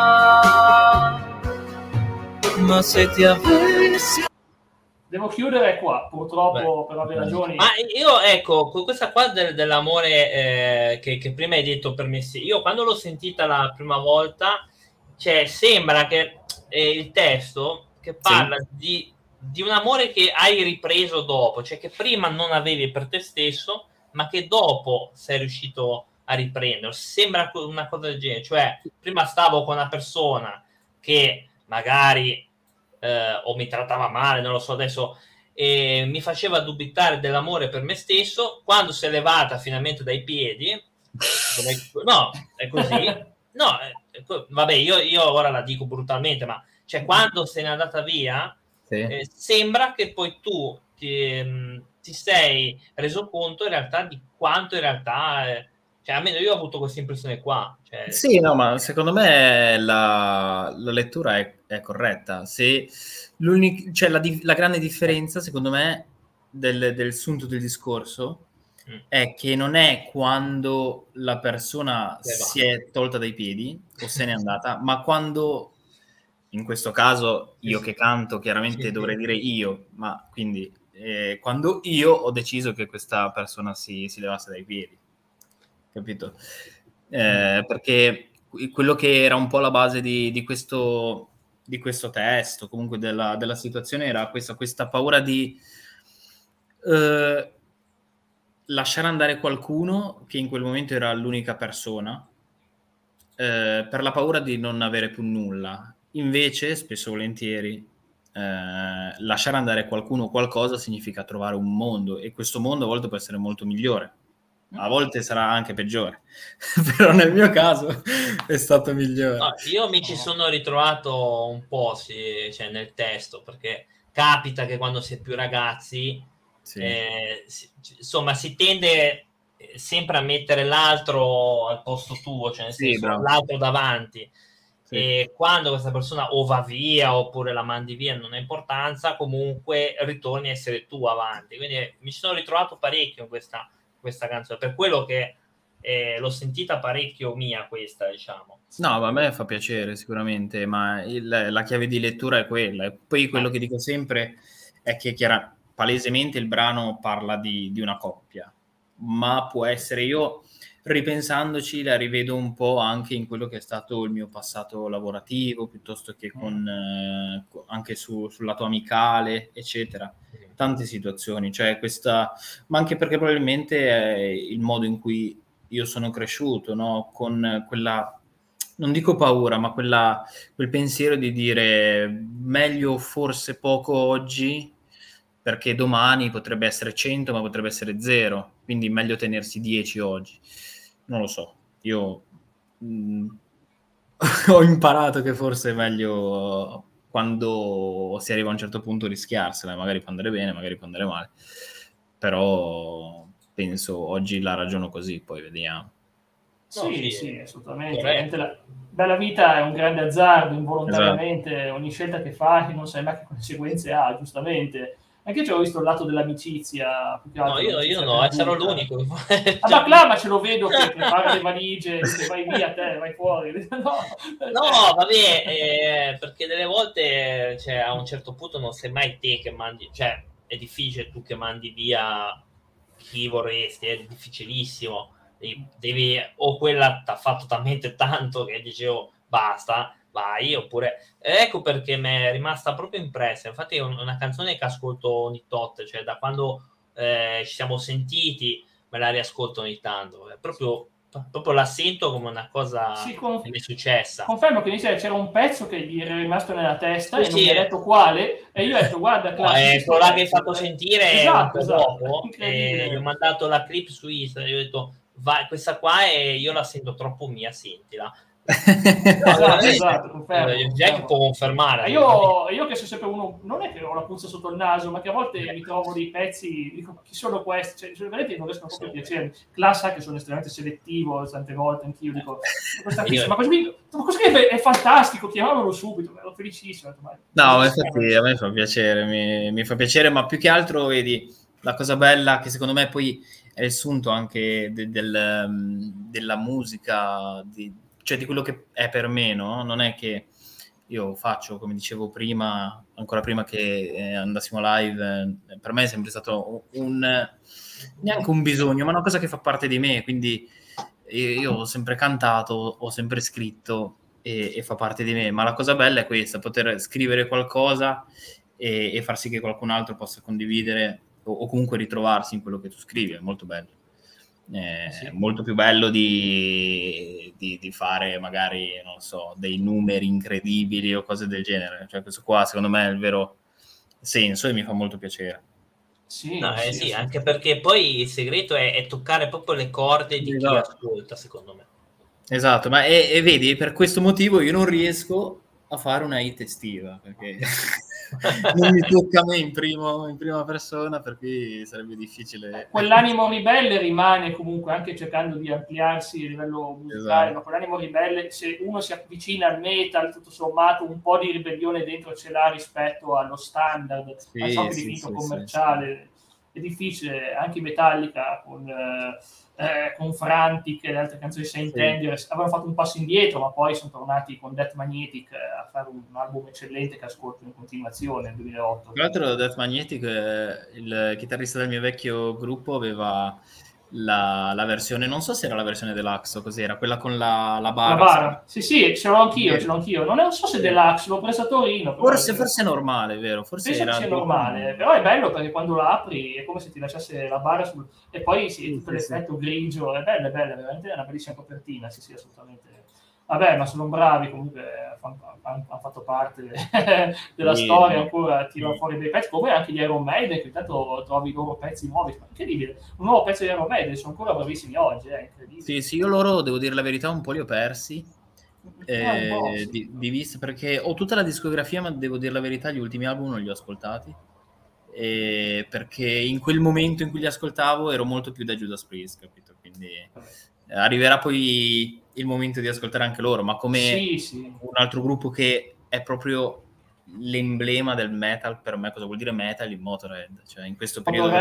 Ma se ti avessi... Devo chiudere qua, purtroppo, per ovvie ragioni. Ma io, ecco, questa qua dell'amore che prima hai detto per me, sì, io quando l'ho sentita la prima volta, cioè sembra che il testo che parla di un amore che hai ripreso dopo, cioè che prima non avevi per te stesso, ma che dopo sei riuscito a riprendere. Sembra una cosa del genere, cioè prima stavo con una persona che magari o mi trattava male, non lo so adesso, e mi faceva dubitare dell'amore per me stesso. Quando si è levata finalmente dai piedi, no, è così. No, vabbè, io ora la dico brutalmente, ma cioè quando se n'è andata via, sembra che poi tu ti sei reso conto in realtà di quanto in realtà, cioè almeno io ho avuto questa impressione qua. Cioè, sì, no, ma secondo me la lettura è corretta. Se cioè la grande differenza, secondo me, del sunto del discorso è che non è quando la persona si è tolta dai piedi o se n'è andata, ma quando, in questo caso, io che canto, chiaramente dovrei dire io, ma quindi quando io ho deciso che questa persona si levasse dai piedi, capito? Perché quello che era un po' la base di questo testo, comunque della situazione, era questa paura di lasciare andare qualcuno che in quel momento era l'unica persona, per la paura di non avere più nulla. Invece, spesso e volentieri, lasciare andare qualcuno o qualcosa significa trovare un mondo, e questo mondo a volte può essere molto migliore, a volte sarà anche peggiore, però nel mio caso è stato migliore. No, io mi ci sono ritrovato un po' cioè nel testo, perché capita che quando si è più ragazzi insomma si tende sempre a mettere l'altro al posto tuo, cioè nel senso l'altro davanti, e quando questa persona o va via oppure la mandi via non ha importanza, comunque ritorni a essere tu avanti. Quindi mi sono ritrovato parecchio in questa canzone, per quello che l'ho sentita parecchio mia questa, diciamo. No, ma a me fa piacere sicuramente, ma la chiave di lettura è quella. E poi quello che dico sempre è che palesemente il brano parla di una coppia, ma può essere, io ripensandoci la rivedo un po' anche in quello che è stato il mio passato lavorativo, piuttosto che anche sul lato amicale, eccetera. Tante situazioni, cioè questa, ma anche perché probabilmente è il modo in cui io sono cresciuto, no? Con quella, non dico paura, ma quel pensiero di dire meglio forse poco oggi, perché domani potrebbe essere 100, ma potrebbe essere 0, quindi meglio tenersi 10 oggi. Non lo so, io ho imparato che forse è meglio quando si arriva a un certo punto rischiarsela, magari può andare bene, magari può andare male, però penso oggi la ragiono così, poi vediamo. Sì, assolutamente. La vita è un grande azzardo, involontariamente, esatto. Ogni scelta che fai non sai mai che conseguenze ha, giustamente. Anche io ho visto il lato dell'amicizia. No, io no, sarò l'unico. Ma ce lo vedo che prepara le valigie, che vai via te, vai fuori. No, vabbè, perché delle volte, cioè, a un certo punto non sei mai te che mandi, cioè, è difficile tu che mandi via chi vorresti, è difficilissimo. Devi, o quella ti ha fatto talmente tanto che dicevo basta, vai, oppure ecco perché mi è rimasta proprio impressa. Infatti è una canzone che ascolto ogni tot, cioè da quando ci siamo sentiti me la riascolto ogni tanto, è proprio la sento come una cosa che mi è successa. Confermo che c'era un pezzo che gli era rimasto nella testa e non mi ha detto quale, e io ho detto guarda quello là che hai fatto sentire un po' dopo, e gli ho mandato la clip su Instagram, gli ho detto vai, questa qua io la sento troppo mia, sentila. Esatto, confermo. Jack può confermare. Io che sono sempre uno, non è che ho la puzza sotto il naso, ma che a volte mi trovo dei pezzi, dico chi sono questi? Cioè, veramente non riescono proprio a piacere. Classa che sono estremamente selettivo, tante volte anch'io dico ma questo è fantastico, chiamavolo subito, ero felicissimo. No, infatti a me fa piacere, mi fa piacere, ma più che altro vedi la cosa bella che secondo me poi è il sunto anche della musica, cioè di quello che è per me, no? Non è che io faccio, come dicevo prima, ancora prima che andassimo live, per me è sempre stato neanche un bisogno, ma una cosa che fa parte di me, quindi io ho sempre cantato, ho sempre scritto e fa parte di me, ma la cosa bella è questa, poter scrivere qualcosa e far sì che qualcun altro possa condividere o comunque ritrovarsi in quello che tu scrivi, è molto bello. È molto più bello di fare magari, non so, dei numeri incredibili o cose del genere. Cioè questo qua secondo me è il vero senso e mi fa molto piacere. Sì, anche perché poi il segreto è toccare proprio le corde di chi ascolta, secondo me. Esatto, ma e vedi, per questo motivo io non riesco a fare una hit estiva, perché non mi tocca a me in prima persona, per cui sarebbe difficile. Quell'animo ribelle rimane comunque, anche cercando di ampliarsi a livello musicale, ma quell'animo ribelle, se uno si avvicina al metal, tutto sommato un po' di ribellione dentro ce l'ha rispetto allo standard, a ciò che è definito commerciale. È difficile, anche Metallica con Frantic e le altre canzoni Saint Anger avevano fatto un passo indietro, ma poi sono tornati con Death Magnetic a fare un album eccellente che ascolto in continuazione nel 2008. Tra l'altro Death Magnetic, il chitarrista del mio vecchio gruppo, aveva la versione, non so se era la versione deluxe o cos'era, quella con la bara. La bara, sì, ce l'ho anch'io. Non so se deluxe, l'ho preso a Torino. Forse è normale, vero? Forse penso era che sia normale, però è bello perché quando la apri è come se ti lasciasse la bara e poi tutto l'effetto grigio, è bella, veramente è una bellissima copertina, sì, assolutamente. Vabbè, ma sono bravi, comunque hanno fatto parte della storia, ancora tirano fuori dei pezzi, come anche gli Iron Maiden, che intanto trovi i loro pezzi nuovi, incredibile, un nuovo pezzo di Iron Maiden, sono ancora bravissimi oggi, è incredibile. Sì, io loro, devo dire la verità, un po' li ho persi, di vista, perché ho tutta la discografia, ma devo dire la verità, gli ultimi album non li ho ascoltati, perché in quel momento in cui li ascoltavo ero molto più da Judas Priest, capito? Quindi arriverà poi il momento di ascoltare anche loro, ma come un altro gruppo che è proprio l'emblema del metal per me. Cosa vuol dire metal in Motorhead? Cioè, in questo periodo...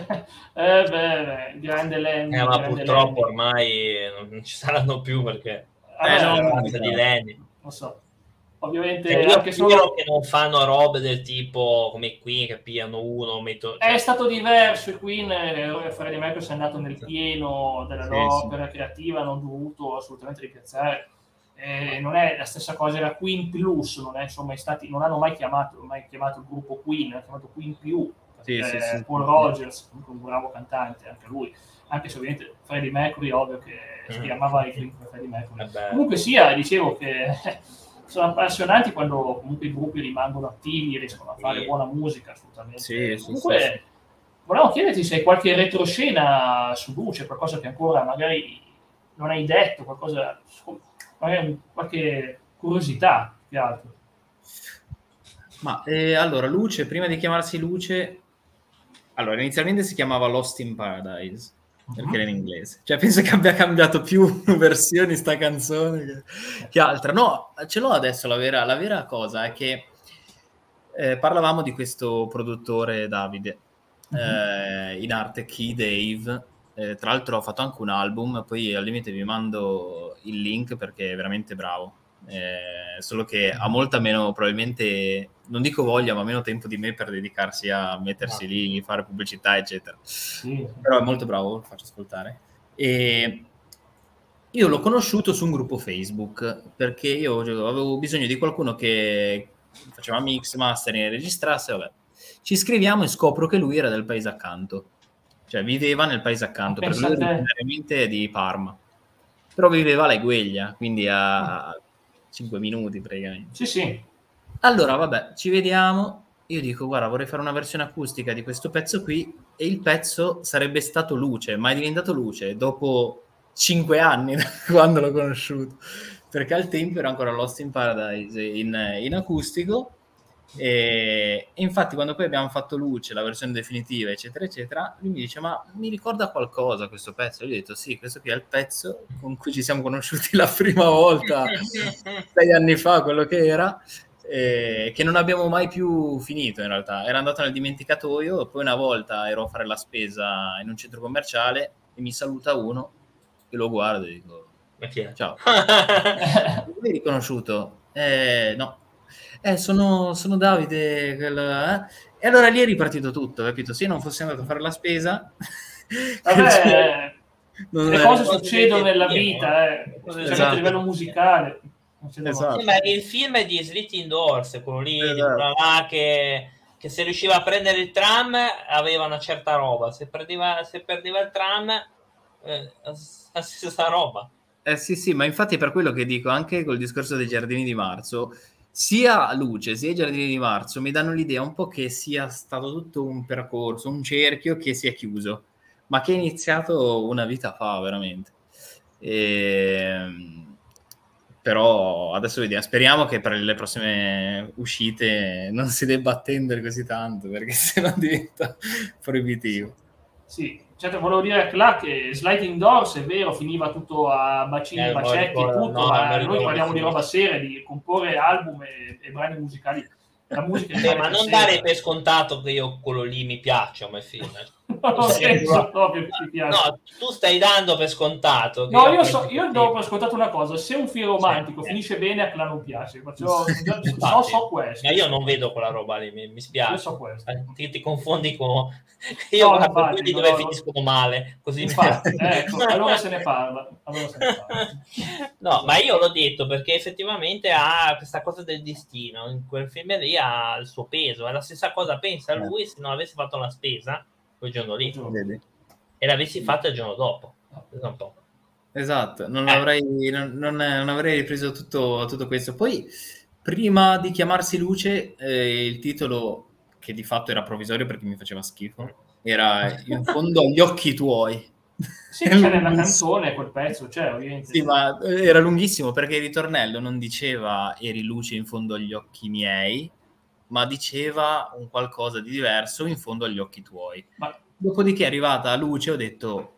grande Lenny. Ma purtroppo ormai non ci saranno più, perché di Lenny. Lo so. Ovviamente io anche solo che non fanno robe del tipo come i Queen, che pigliano uno, è stato diverso. I Queen, Freddie Mercury è andato nel pieno della loro opera creativa, non dovuto assolutamente ripiazzare. Non è la stessa cosa, era Queen Plus, non hanno mai chiamato il gruppo Queen, hanno chiamato Queen più, Paul Rogers, comunque un bravo cantante anche lui, anche se ovviamente Freddie Mercury, ovvio che si chiamava i Queen per Freddie Mercury. Comunque sia, dicevo che sono appassionanti quando comunque i gruppi rimangono attivi, riescono a fare buona musica, assolutamente. Comunque volevamo chiederti se hai qualche retroscena su Luce, qualcosa che ancora magari non hai detto, qualcosa, magari qualche curiosità, più altro. Ma allora, Luce, prima di chiamarsi Luce, allora inizialmente si chiamava Lost in Paradise, perché era in inglese. Cioè, penso che abbia cambiato più versioni sta canzone che altra. No, ce l'ho adesso, la vera cosa è che parlavamo di questo produttore Davide, in arte Key Dave. Tra l'altro ho fatto anche un album, poi al limite vi mando il link perché è veramente bravo. Solo che ha molta meno, probabilmente, non dico voglia, ma meno tempo di me per dedicarsi a mettersi lì, fare pubblicità, eccetera. Però è molto bravo, lo faccio ascoltare. E io l'ho conosciuto su un gruppo Facebook, perché io avevo bisogno di qualcuno che faceva mix, mastering e registrasse, vabbè. Ci scriviamo e scopro che lui era del paese accanto. Cioè viveva nel paese accanto, perché lui originariamente è di Parma. Però viveva a Laigueglia, quindi a 5 minuti praticamente. Sì. Allora, vabbè, ci vediamo. Io dico, guarda, vorrei fare una versione acustica di questo pezzo qui, e il pezzo sarebbe stato Luce, ma è diventato Luce dopo 5 anni da quando l'ho conosciuto, perché al tempo era ancora Lost in Paradise in acustico. E infatti quando poi abbiamo fatto Luce, la versione definitiva, eccetera eccetera, lui mi dice, ma mi ricorda qualcosa questo pezzo? E io ho detto, sì, questo qui è il pezzo con cui ci siamo conosciuti la prima volta 6 anni fa, quello che era, che non abbiamo mai più finito. In realtà era andato nel dimenticatoio. Poi una volta ero a fare la spesa in un centro commerciale e mi saluta uno e lo guardo e dico, ciao. Mi hai riconosciuto? No. Sono Davide, E allora lì è ripartito tutto, capito? Se io non fossi andato a fare la spesa... Vabbè, le cose succedono nella vita, a livello musicale. Esatto. Ma il film di Sleeping Doors, quello lì, che se riusciva a prendere il tram aveva una certa roba, se perdeva il tram la stessa roba. Sì, ma infatti è per quello che dico, anche col discorso dei Giardini di Marzo, sia Luce sia i Giardini di Marzo mi danno l'idea un po' che sia stato tutto un percorso, un cerchio che si è chiuso, ma che è iniziato una vita fa, veramente. Però adesso vediamo, speriamo che per le prossime uscite non si debba attendere così tanto, perché sennò diventa proibitivo. Sì, certo, volevo dire a Clark che Sliding Doors, è vero, finiva tutto a bacini, bacetti, tutto, ma noi parliamo di roba seria, di comporre album e brani musicali. La musica ma non dare per scontato che io quello lì mi piaccia come film. No, tu stai dando per scontato. No, io do per scontato una cosa: se un film romantico finisce bene, a Clan non piace. So questo. Ma io non vedo quella roba lì, mi spiace. Io so questo. Ti confondi con... Io guardo quelli dove finiscono male, così infatti, ecco, allora se ne parla. No, ma io l'ho detto perché effettivamente ha questa cosa del destino. In quel film lì ha il suo peso. È la stessa cosa, pensa lui, se non avesse fatto la spesa quel giorno lì e l'avessi fatta il giorno dopo. Un po'. Esatto, non avrei ripreso tutto questo. Poi, prima di chiamarsi Luce, il titolo, che di fatto era provvisorio perché mi faceva schifo, era In fondo agli occhi tuoi. Sì, c'è nella canzone quel pezzo, cioè, ovviamente. Sì, ma era lunghissimo perché il ritornello non diceva eri luce in fondo agli occhi miei, ma diceva un qualcosa di diverso in fondo agli occhi tuoi. Dopodiché è arrivata Luce, ho detto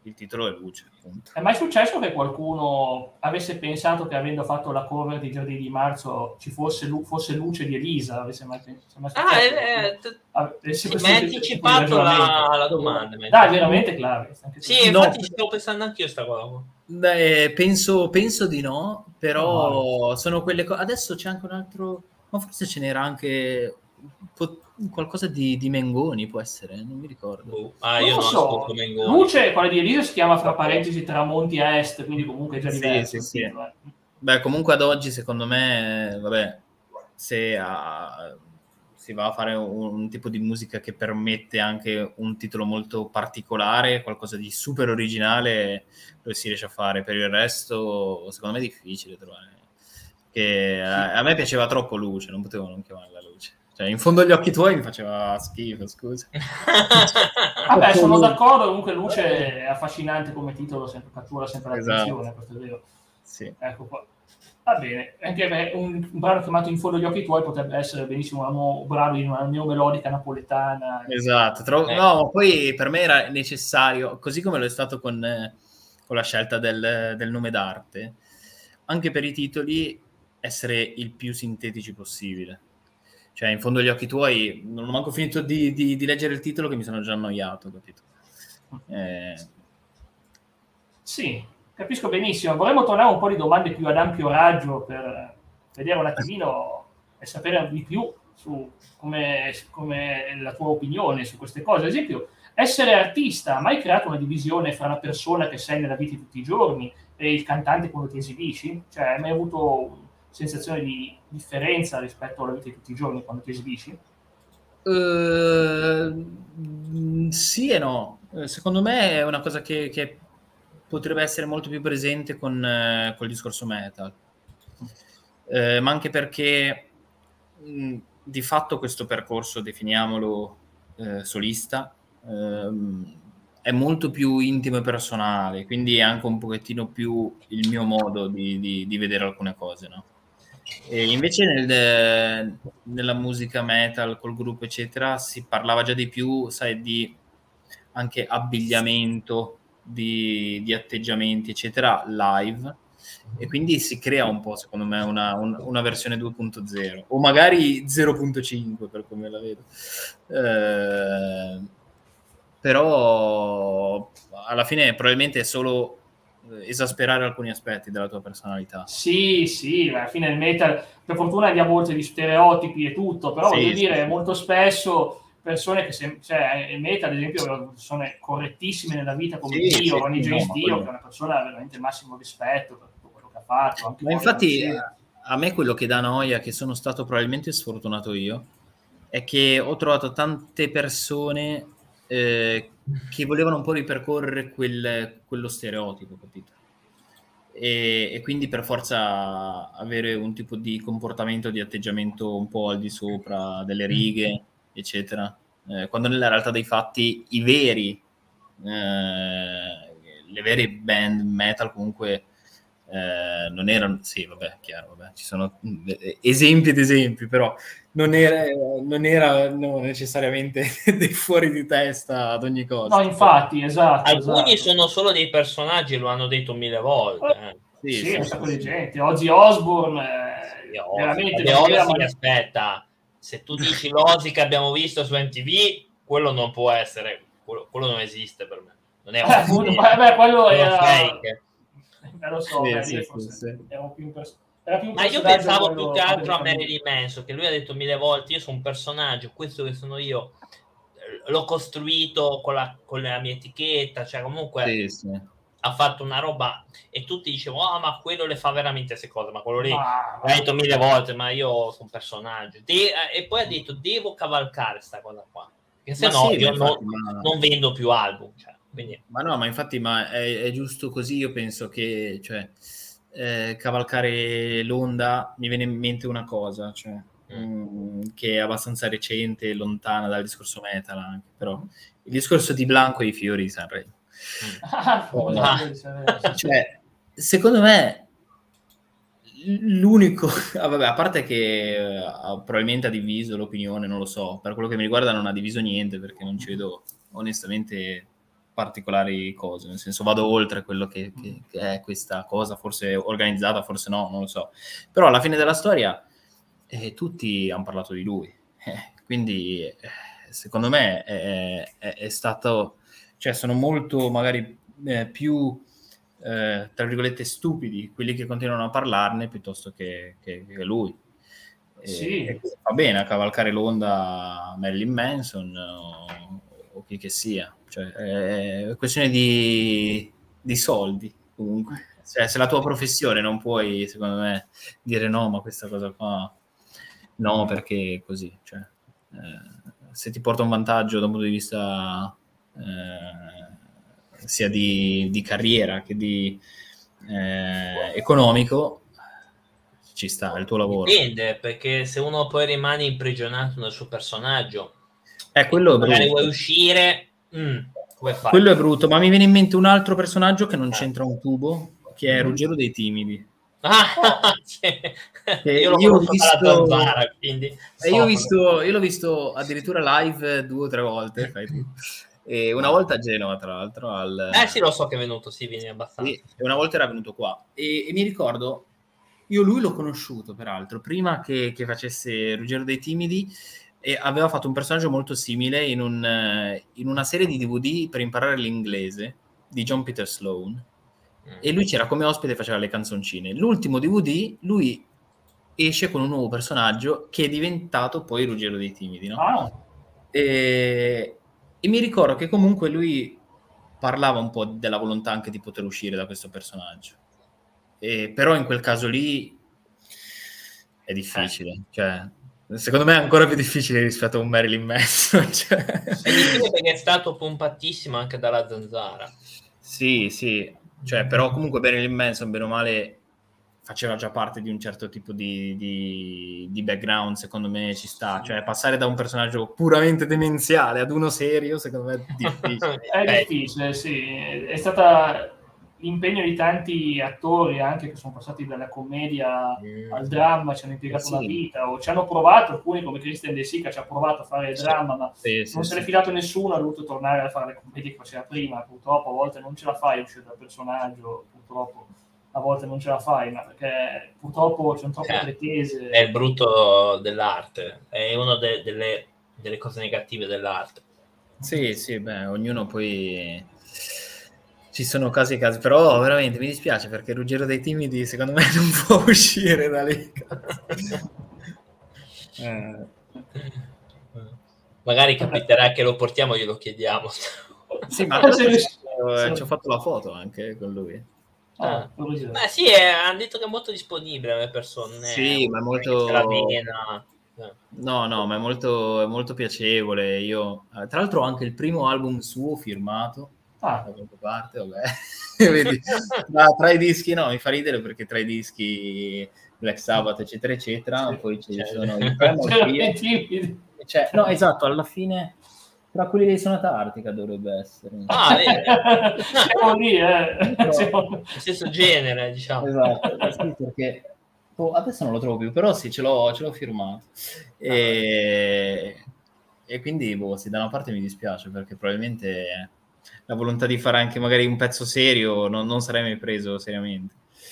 il titolo è Luce, appunto. È mai successo che qualcuno avesse pensato che, avendo fatto la cover di Giardini di Marzo, ci fosse Luce di Elisa? Avesse mai pensato? Mi hai anticipato la domanda. Dai, veramente, Clave. Sì, infatti stavo pensando anch'io sta cosa. Beh, penso di no, però sono quelle cose. Adesso c'è anche un altro, ma forse ce n'era anche qualcosa di Mengoni, può essere, non mi ricordo. Io non ascolto Mengoni. Luce, quella di Elisa, si chiama fra parentesi Tramonti a Est, quindi comunque è già diverso. Sì. Beh, comunque ad oggi, secondo me, vabbè, se si va a fare un tipo di musica che permette anche un titolo molto particolare, qualcosa di super originale, lo si riesce a fare. Per il resto, secondo me è difficile trovare. Che a me piaceva troppo Luce, non potevo non chiamarla Luce. Cioè, in fondo agli occhi tuoi mi faceva schifo, scusa. Vabbè, sono d'accordo, comunque Luce è affascinante come titolo, cattura sempre l'attenzione, questo è vero. Sì. Ecco qua. Va bene, anche un brano chiamato In fondo agli occhi tuoi potrebbe essere benissimo un brano di una neomelodica napoletana. Esatto, no, poi per me era necessario, così come lo è stato con la scelta del nome d'arte, anche per i titoli essere il più sintetici possibile. Cioè, In fondo agli occhi tuoi, non ho manco finito di leggere il titolo che mi sono già annoiato, capito? Sì, capisco benissimo. Vorremmo tornare un po' di domande più ad ampio raggio per vedere un attimino e sapere di più su come la tua opinione su queste cose. Ad esempio, essere artista, ha mai creato una divisione fra la persona che sei nella vita di tutti i giorni e il cantante quando ti esibisci? Cioè, hai mai avuto sensazione di differenza rispetto alla vita di tutti i giorni quando ti esibisci? Sì e no. Secondo me è una cosa che potrebbe essere molto più presente col discorso metal, ma anche perché di fatto questo percorso, definiamolo solista, è molto più intimo e personale, quindi è anche un pochettino più il mio modo di vedere alcune cose, no? E invece nella musica metal col gruppo eccetera si parlava già di più, sai, di anche abbigliamento, di atteggiamenti eccetera live, e quindi si crea un po', secondo me, una versione 2.0 o magari 0.5 per come la vedo, però alla fine probabilmente è solo esasperare alcuni aspetti della tua personalità. Sì, alla fine il metal, per fortuna abbiamo voce di stereotipi e tutto, però voglio dire, molto spesso persone che il metal, ad esempio, persone correttissime nella vita come Dio, Ronnie James Dio, che è una persona veramente il massimo rispetto per tutto quello che ha fatto. Ma infatti a me quello che dà noia, che sono stato probabilmente sfortunato io, è che ho trovato tante persone che volevano un po' ripercorrere quello stereotipo, capito? E quindi per forza avere un tipo di comportamento, di atteggiamento un po' al di sopra delle righe, eccetera, quando nella realtà dei fatti le vere band metal comunque non erano, sì, vabbè, chiaro, vabbè, ci sono esempi ed esempi, però non erano necessariamente dei fuori di testa ad ogni cosa. No, infatti, esatto. Alcuni sono solo dei personaggi, lo hanno detto 1000 volte. Sì, un sacco di gente. Ozzy Osbourne, veramente. Aspetta, se tu dici l'Ozzy che abbiamo visto su MTV, quello non può essere, quello non esiste per me. Non è quello era fake. Lo so, ma io pensavo più che altro a Marilyn Manson, che lui ha detto 1000 volte: io sono un personaggio, questo che sono io l'ho costruito con la mia etichetta, cioè comunque ha fatto una roba, e tutti dicevano ma quello le fa veramente queste cose, ma quello lì ha detto 1000 volte, ma io sono un personaggio, e poi ha detto devo cavalcare sta cosa qua, perché se no io non vendo più album, cioè. Quindi. Ma no, ma infatti è giusto così. Io penso che cavalcare l'onda, mi viene in mente una cosa, cioè, che è abbastanza recente e lontana dal discorso metal anche, però il discorso di Blanco e i fiori di Sanremo. Cioè, secondo me l'unico vabbè, a parte che probabilmente ha diviso l'opinione, non lo so, per quello che mi riguarda non ha diviso niente, perché non ci vedo onestamente particolari cose, nel senso vado oltre quello che è questa cosa, forse organizzata, forse no, non lo so. Però alla fine della storia tutti hanno parlato di lui, quindi secondo me è stato, cioè sono molto magari più tra virgolette stupidi quelli che continuano a parlarne piuttosto che lui. E va bene a cavalcare l'onda Marilyn Manson o chi che sia, cioè è questione di soldi comunque, cioè, se la tua professione non puoi, secondo me, dire no, ma questa cosa qua no, perché così, cioè se ti porta un vantaggio da un punto di vista sia di carriera che di economico, ci sta, è il tuo lavoro. Dipende, perché se uno poi rimane imprigionato nel suo personaggio, quello è magari brutto. vuoi uscire, come fai? Quello è brutto, ma mi viene in mente un altro personaggio che non c'entra un tubo, che è Ruggero dei Timidi. Io l'ho visto dalla Zanzara, quindi io l'ho visto addirittura live 2 o 3 volte, e una volta a Genova, tra l'altro sì, lo so che è venuto, sì, viene abbastanza, e una volta era venuto qua e mi ricordo, io lui l'ho conosciuto peraltro prima che facesse Ruggero dei Timidi, e aveva fatto un personaggio molto simile in una serie di DVD per imparare l'inglese di John Peter Sloan, e lui c'era come ospite e faceva le canzoncine. L'ultimo DVD lui esce con un nuovo personaggio che è diventato poi Ruggero dei Timidi, no? E mi ricordo che comunque lui parlava un po' della volontà anche di poter uscire da questo personaggio, però in quel caso lì è difficile, cioè secondo me è ancora più difficile rispetto a un Marilyn Manson, cioè. È difficile perché è stato pompatissimo anche dalla Zanzara. Sì, cioè, però comunque Marilyn Manson bene o male faceva già parte di un certo tipo di background, secondo me ci sta, cioè passare da un personaggio puramente demenziale ad uno serio, secondo me è difficile. È difficile, sì, è stata l'impegno di tanti attori anche che sono passati dalla commedia al dramma, ci hanno impiegato una vita, o ci hanno provato, alcuni come Christian De Sica ci ha provato a fare il dramma, ma non se l'è fidato nessuno, ha dovuto tornare a fare le commedie che faceva prima. Purtroppo a volte non ce la fai a uscire dal personaggio, purtroppo a volte non ce la fai, ma perché purtroppo c'è troppe pretese. È il brutto dell'arte, è una delle cose negative dell'arte. Sì, beh, ognuno poi... Ci sono casi e casi, però veramente mi dispiace perché Ruggero dei Timidi secondo me non può uscire da lì. Magari capiterà che lo portiamo e glielo chiediamo. Sì, ma ci ho fatto la foto anche con lui. Ma sì, hanno detto che è molto disponibile alle persone. Sì, ma è molto... No, ma è molto piacevole. Io, tra l'altro, ho anche il primo album suo firmato. Da qualche parte, vabbè. Vedi, tra i dischi, no, mi fa ridere perché tra i dischi Black Sabbath, eccetera, eccetera, poi ci sono i no, esatto, alla fine tra quelli dei Sonata Artica dovrebbe essere. Siamo lì, Lo stesso genere, diciamo. Esatto, sì, perché adesso non lo trovo più, però sì, ce l'ho firmato. E quindi, sì, da una parte mi dispiace perché probabilmente la volontà di fare anche magari un pezzo serio non sarei mai preso seriamente.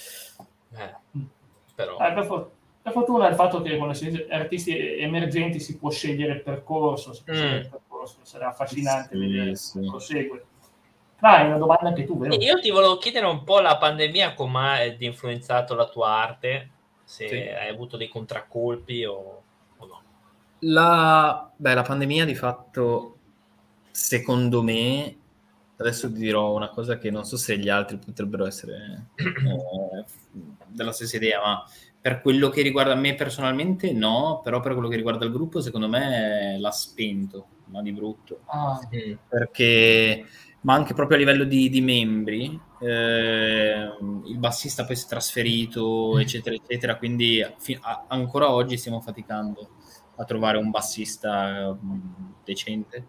Però... per fortuna il fatto che con artisti emergenti si può scegliere il percorso, sarà affascinante vedere come prosegue. Dai, una domanda anche tu, vero? Io ti volevo chiedere un po' la pandemia come ha influenzato la tua arte, se hai avuto dei contraccolpi o no. La pandemia di fatto, secondo me, adesso ti dirò una cosa che non so se gli altri potrebbero essere della stessa idea, ma per quello che riguarda me personalmente no, però per quello che riguarda il gruppo secondo me l'ha spento, ma di brutto. Perché, ma anche proprio a livello di membri, il bassista poi si è trasferito, eccetera, eccetera, quindi ancora oggi stiamo faticando a trovare un bassista decente.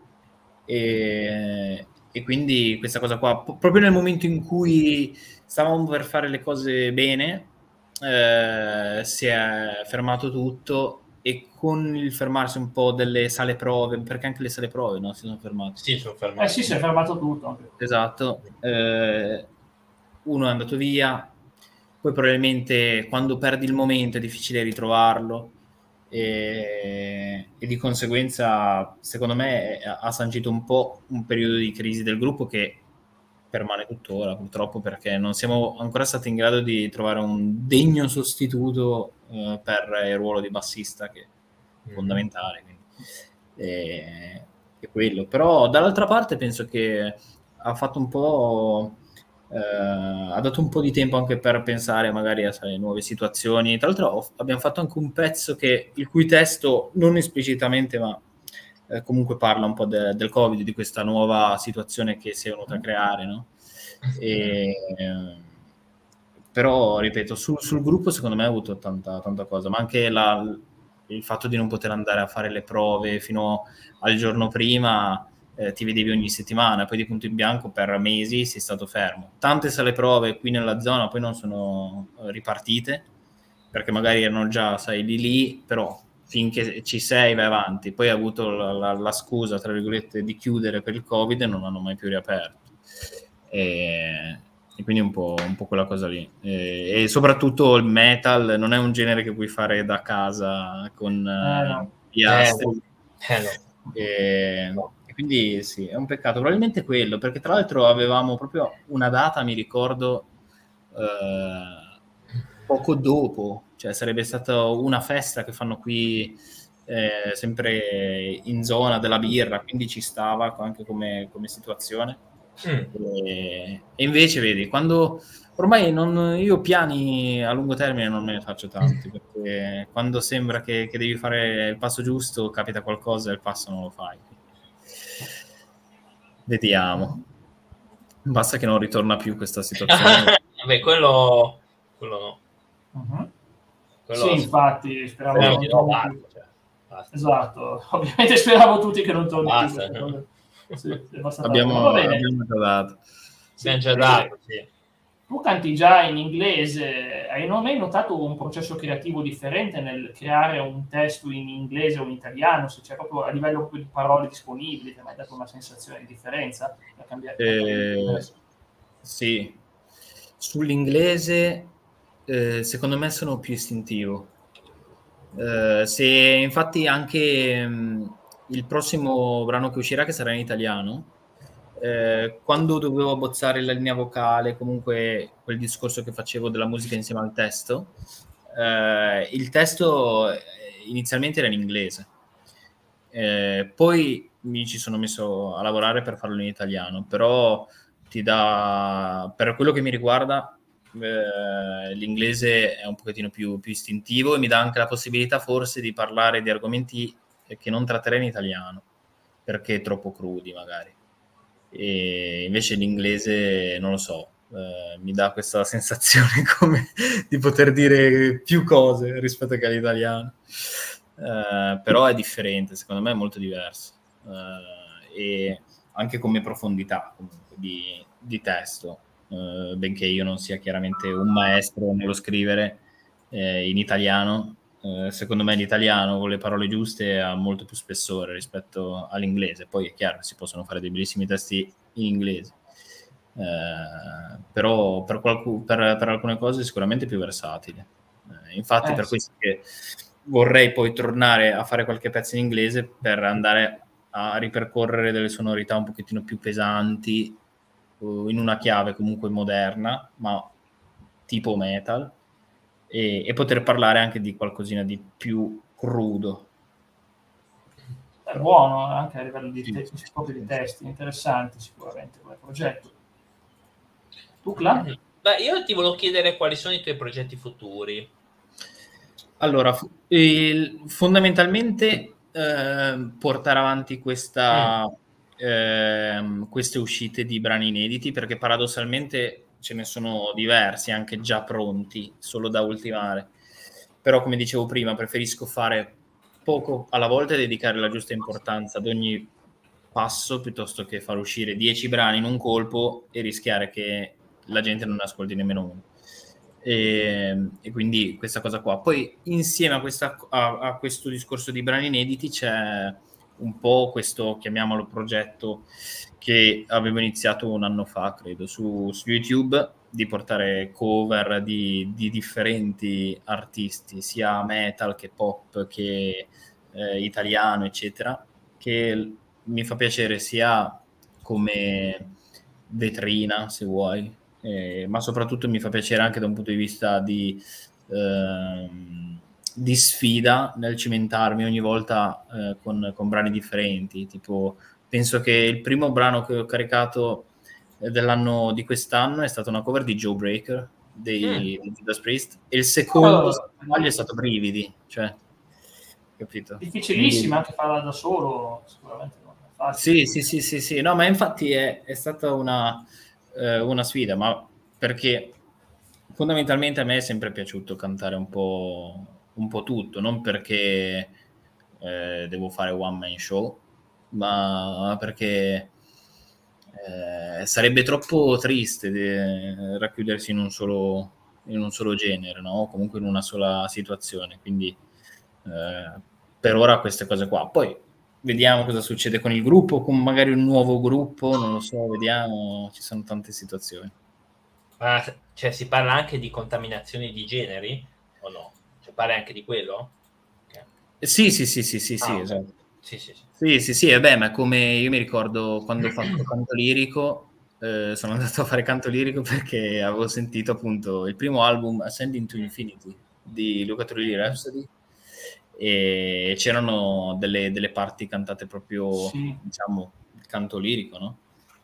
E quindi questa cosa qua, proprio nel momento in cui stavamo per fare le cose bene, si è fermato tutto e con il fermarsi un po' delle sale prove, perché anche le sale prove, no, si sono fermate. Sì, sono fermate. Sì, si è fermato tutto. Esatto. Uno è andato via, poi probabilmente quando perdi il momento è difficile ritrovarlo, e di conseguenza secondo me ha sancito un po' un periodo di crisi del gruppo che permane tuttora, purtroppo, perché non siamo ancora stati in grado di trovare un degno sostituto per il ruolo di bassista, che è fondamentale. È quello. Però dall'altra parte penso che ha fatto un po'... ha dato un po' di tempo anche per pensare magari a nuove situazioni. Tra l'altro abbiamo fatto anche un pezzo il cui testo non esplicitamente, ma comunque parla un po' del Covid, di questa nuova situazione che si è venuta a creare, no? Però ripeto, sul gruppo secondo me ha avuto tanta cosa, ma anche il fatto di non poter andare a fare le prove fino al giorno prima. Ti vedevi ogni settimana, poi di punto in bianco per mesi sei stato fermo. Tante sale prove qui nella zona poi non sono ripartite, perché magari erano già, sai, lì, però finché ci sei vai avanti. Poi hai avuto la scusa, tra virgolette, di chiudere per il Covid e non hanno mai più riaperto. E quindi un po' quella cosa lì. E soprattutto il metal non è un genere che puoi fare da casa con gli astri. No. Quindi sì, è un peccato, probabilmente quello, perché tra l'altro avevamo proprio una data, mi ricordo, poco dopo, cioè sarebbe stata una festa che fanno qui sempre in zona della birra, quindi ci stava anche come situazione. E invece vedi, quando ormai io piani a lungo termine non me ne faccio tanti, perché quando sembra che devi fare il passo giusto capita qualcosa e il passo non lo fai. Vediamo. Basta che non ritorna più questa situazione. Vabbè, quello no. Uh-huh. Quello sì, infatti, speravo di no, basta. Esatto, ovviamente speravo tutti che non torni basta, più. No? Sì, abbiamo già dato. Abbiamo già dato, sì. Tu canti già in inglese, hai mai notato un processo creativo differente nel creare un testo in inglese o in italiano? Se c'è proprio a livello proprio di parole disponibili, ti ha mai dato una sensazione di differenza? Da cambiare? Sì, sull'inglese secondo me sono più istintivo. Se infatti anche il prossimo brano che uscirà, che sarà in italiano, quando dovevo abbozzare la linea vocale, comunque quel discorso che facevo della musica insieme al testo, il testo inizialmente era in inglese, poi mi ci sono messo a lavorare per farlo in italiano, però per quello che mi riguarda, l'inglese è un pochettino più istintivo e mi dà anche la possibilità forse di parlare di argomenti che non tratterei in italiano, perché troppo crudi magari. E invece l'inglese non lo so, mi dà questa sensazione come di poter dire più cose rispetto che all'italiano, però è differente, secondo me è molto diverso, e anche come profondità comunque di testo, benché io non sia chiaramente un maestro nello scrivere in italiano. Secondo me l'italiano con le parole giuste ha molto più spessore rispetto all'inglese. Poi è chiaro che si possono fare dei bellissimi testi in inglese, però per alcune cose sicuramente più versatile. Infatti per questo che vorrei poi tornare a fare qualche pezzo in inglese per andare a ripercorrere delle sonorità un pochettino più pesanti in una chiave comunque moderna, ma tipo metal, e poter parlare anche di qualcosina di più crudo. È buono anche a livello di testi, interessanti sicuramente come progetto. Tu, Cla? Beh, io ti volevo chiedere quali sono i tuoi progetti futuri. Allora, fondamentalmente portare avanti queste uscite di brani inediti, perché paradossalmente ce ne sono diversi anche già pronti, solo da ultimare. Però, come dicevo prima, preferisco fare poco alla volta e dedicare la giusta importanza ad ogni passo, piuttosto che far uscire 10 brani in un colpo e rischiare che la gente non ne ascolti nemmeno uno. e quindi questa cosa qua. Poi insieme a questo discorso di brani inediti c'è un po' questo, chiamiamolo progetto, che avevo iniziato un anno fa, credo, su YouTube, di portare cover di differenti artisti, sia metal che pop che italiano, eccetera, che mi fa piacere sia come vetrina, se vuoi, ma soprattutto mi fa piacere anche da un punto di vista di sfida nel cimentarmi ogni volta con brani differenti. Tipo, penso che il primo brano che ho caricato dell'anno di quest'anno è stata una cover di Joe Breaker di Judas Priest, e il secondo è stato Brividi, cioè, capito? Difficilissima anche farla da solo, sicuramente non è facile. Sì, no, ma infatti è stata una sfida, ma perché fondamentalmente a me è sempre piaciuto cantare un po' tutto, non perché devo fare one man show, ma perché sarebbe troppo triste racchiudersi in un solo genere, no? Comunque in una sola situazione, quindi per ora queste cose qua. Poi vediamo cosa succede con il gruppo, con magari un nuovo gruppo, non lo so, vediamo, ci sono tante situazioni. Ma cioè, si parla anche di contaminazioni di generi o no? Cioè, parla anche di quello? Okay. Sì, esatto. Sì, ma come io mi ricordo quando ho fatto canto lirico, sono andato a fare canto lirico perché avevo sentito appunto il primo album Ascending to Infinity di Luca Turilli Rhapsody, e c'erano delle parti cantate proprio, diciamo, canto lirico, no?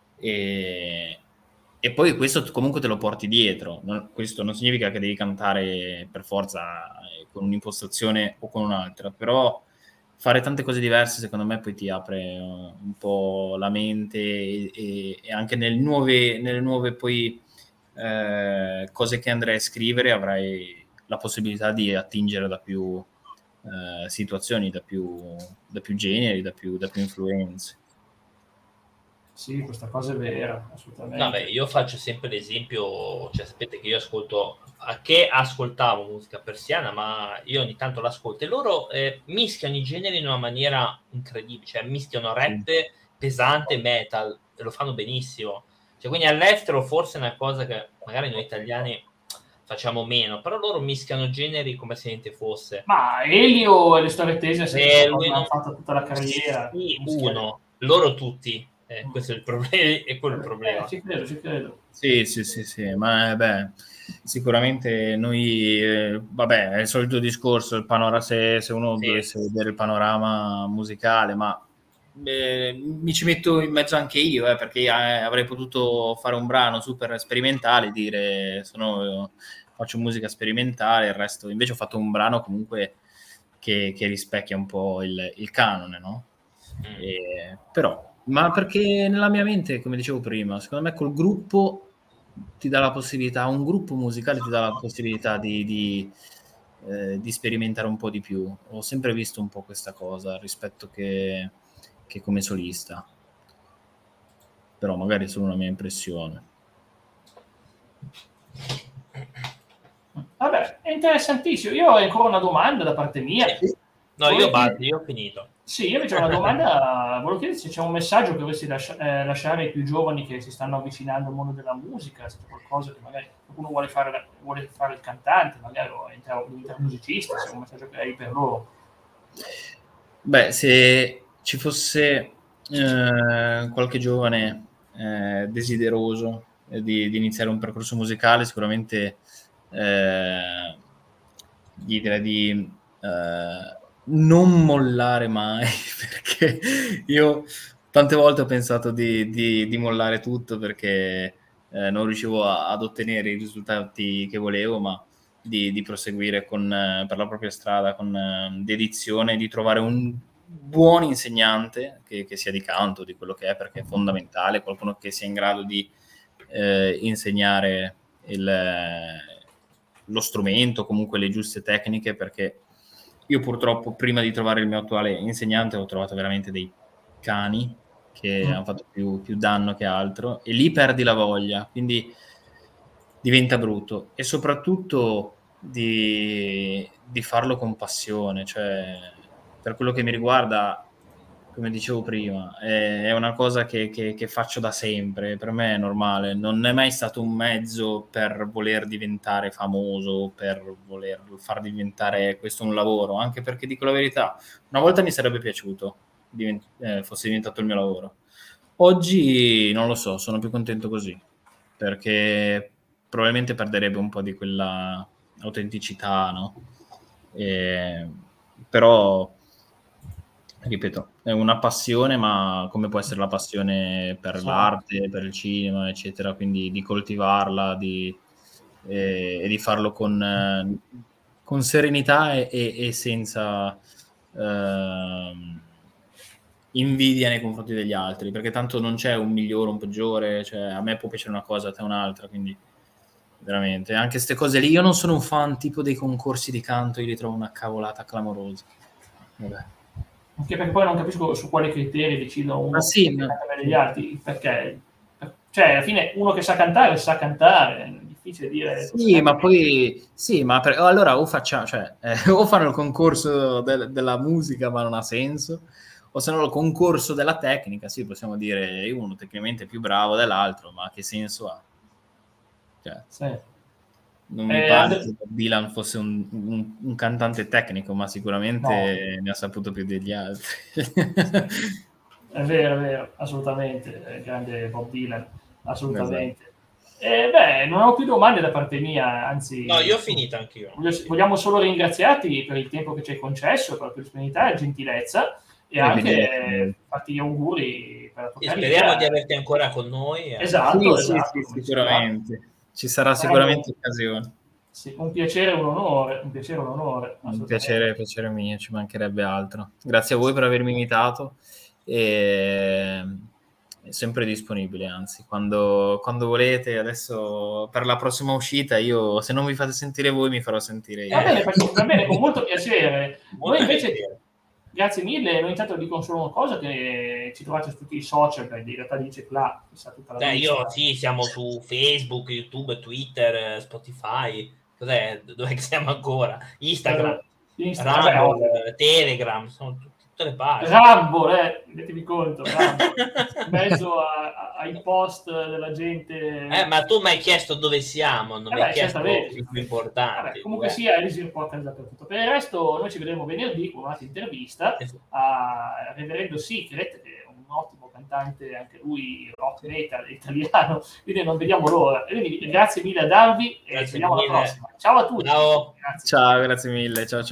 E poi questo comunque te lo porti dietro. Questo non significa che devi cantare per forza con un'impostazione o con un'altra, però fare tante cose diverse secondo me poi ti apre un po' la mente, e anche nelle nuove poi cose che andrai a scrivere avrai la possibilità di attingere da più situazioni, da più generi, da più influenze. Sì, questa cosa è vera, assolutamente. Vabbè, io faccio sempre l'esempio, cioè sapete che io ascoltavo musica persiana, ma io ogni tanto l'ascolto e loro mischiano i generi in una maniera incredibile, cioè mischiano rap pesante, metal, e lo fanno benissimo. Cioè, quindi all'estero forse è una cosa che magari noi italiani facciamo meno, però loro mischiano generi come se niente fosse. Ma Elio e le storie tese hanno fatto tutta la carriera. Sì, loro tutti. Questo è il problema, è quello il problema. Ci credo. Sì, ma sicuramente noi, è il solito discorso, il panorama, se uno dovesse vedere il panorama musicale, ma mi ci metto in mezzo anche io, perché avrei potuto fare un brano super sperimentale, dire faccio musica sperimentale, il resto invece ho fatto un brano comunque che rispecchia un po' il canone, no? Però, ma perché nella mia mente, come dicevo prima, secondo me col gruppo ti dà la possibilità, un gruppo musicale ti dà la possibilità di sperimentare un po' di più. Ho sempre visto un po' questa cosa rispetto che come solista, però magari è solo una mia impressione. Vabbè, è interessantissimo. Io ho ancora una domanda da parte mia. No, io ho finito. Sì, io invece ho una domanda, volevo chiedere se c'è un messaggio che volessi lasciare ai più giovani che si stanno avvicinando al mondo della musica, se c'è qualcosa che magari qualcuno vuole fare il cantante, magari diventare musicista, se è un messaggio che hai per loro. Beh, se ci fosse qualche giovane desideroso di iniziare un percorso musicale, sicuramente gli direi di non mollare mai, perché io tante volte ho pensato di mollare tutto perché non riuscivo ad ottenere i risultati che volevo, ma di proseguire per la propria strada con dedizione, di trovare un buon insegnante che sia di canto, di quello che è, perché è fondamentale, qualcuno che sia in grado di insegnare lo strumento, comunque le giuste tecniche, perché io purtroppo prima di trovare il mio attuale insegnante ho trovato veramente dei cani che hanno fatto più danno che altro, e lì perdi la voglia. Quindi diventa brutto, e soprattutto di farlo con passione. Cioè, per quello che mi riguarda, come dicevo prima, è una cosa che faccio da sempre, per me è normale, non è mai stato un mezzo per voler diventare famoso, per voler far diventare questo un lavoro, anche perché, dico la verità, una volta mi sarebbe piaciuto fosse diventato il mio lavoro. Oggi non lo so, sono più contento così, perché probabilmente perderebbe un po' di quella autenticità, no? Però, ripeto, è una passione, ma come può essere la passione per l'arte, per il cinema, eccetera, quindi di coltivarla, e di farlo con serenità e senza invidia nei confronti degli altri, perché tanto non c'è un migliore, un peggiore, cioè a me può piacere una cosa, a te un'altra, quindi veramente, anche queste cose lì, io non sono un fan tipo dei concorsi di canto, io li trovo una cavolata clamorosa. Vabbè. Anche perché poi non capisco su quali criteri decidono uno degli altri, perché cioè alla fine uno che sa cantare, è difficile dire. Sì, ma poi allora o facciamo, cioè, o fanno il concorso della musica, ma non ha senso, o se no il concorso della tecnica, sì, possiamo dire uno tecnicamente più bravo dell'altro, ma che senso ha? Cioè, sì. Non mi pare che Dylan fosse un cantante tecnico, ma sicuramente ne ha saputo più degli altri. È vero, assolutamente, grande Bob Dylan, assolutamente. Esatto. Non ho più domande da parte mia, anzi... No, io ho finito anch'io. Vogliamo solo ringraziarti per il tempo che ci hai concesso, per la tua disponibilità e gentilezza, e anche farti gli auguri per la tua carriera. Speriamo di averti ancora con noi. Esatto, sì, sicuramente. Ci sarà sicuramente occasione. Sì, un piacere e un onore. Un piacere mio, ci mancherebbe altro. Grazie a voi per avermi invitato, e è sempre disponibile, anzi, quando volete. Adesso per la prossima uscita, io, se non vi fate sentire voi, mi farò sentire io. Va bene, con molto piacere. Voi invece... Grazie mille, noi intanto dico solo una cosa, che ci trovate su tutti i social, in realtà dice là, tutta la io sì, siamo su Facebook, YouTube, Twitter, Spotify, dove siamo ancora? Instagram, Rumble, Telegram, sono tutte le pagine. Rumble, rendetevi conto, in mezzo ai post della gente. Ma tu mi hai chiesto dove siamo, non mi hai chiesto i più importanti. Comunque sia, Elisir Podcast dappertutto. Per il resto, noi ci vedremo venerdì con un'altra intervista a Reverendo Secret, che è un ottimo cantante, anche lui rock metal italiano, quindi non vediamo l'ora. Quindi grazie mille a Darby e ci vediamo alla prossima. Ciao a tutti. Ciao, grazie mille, ciao.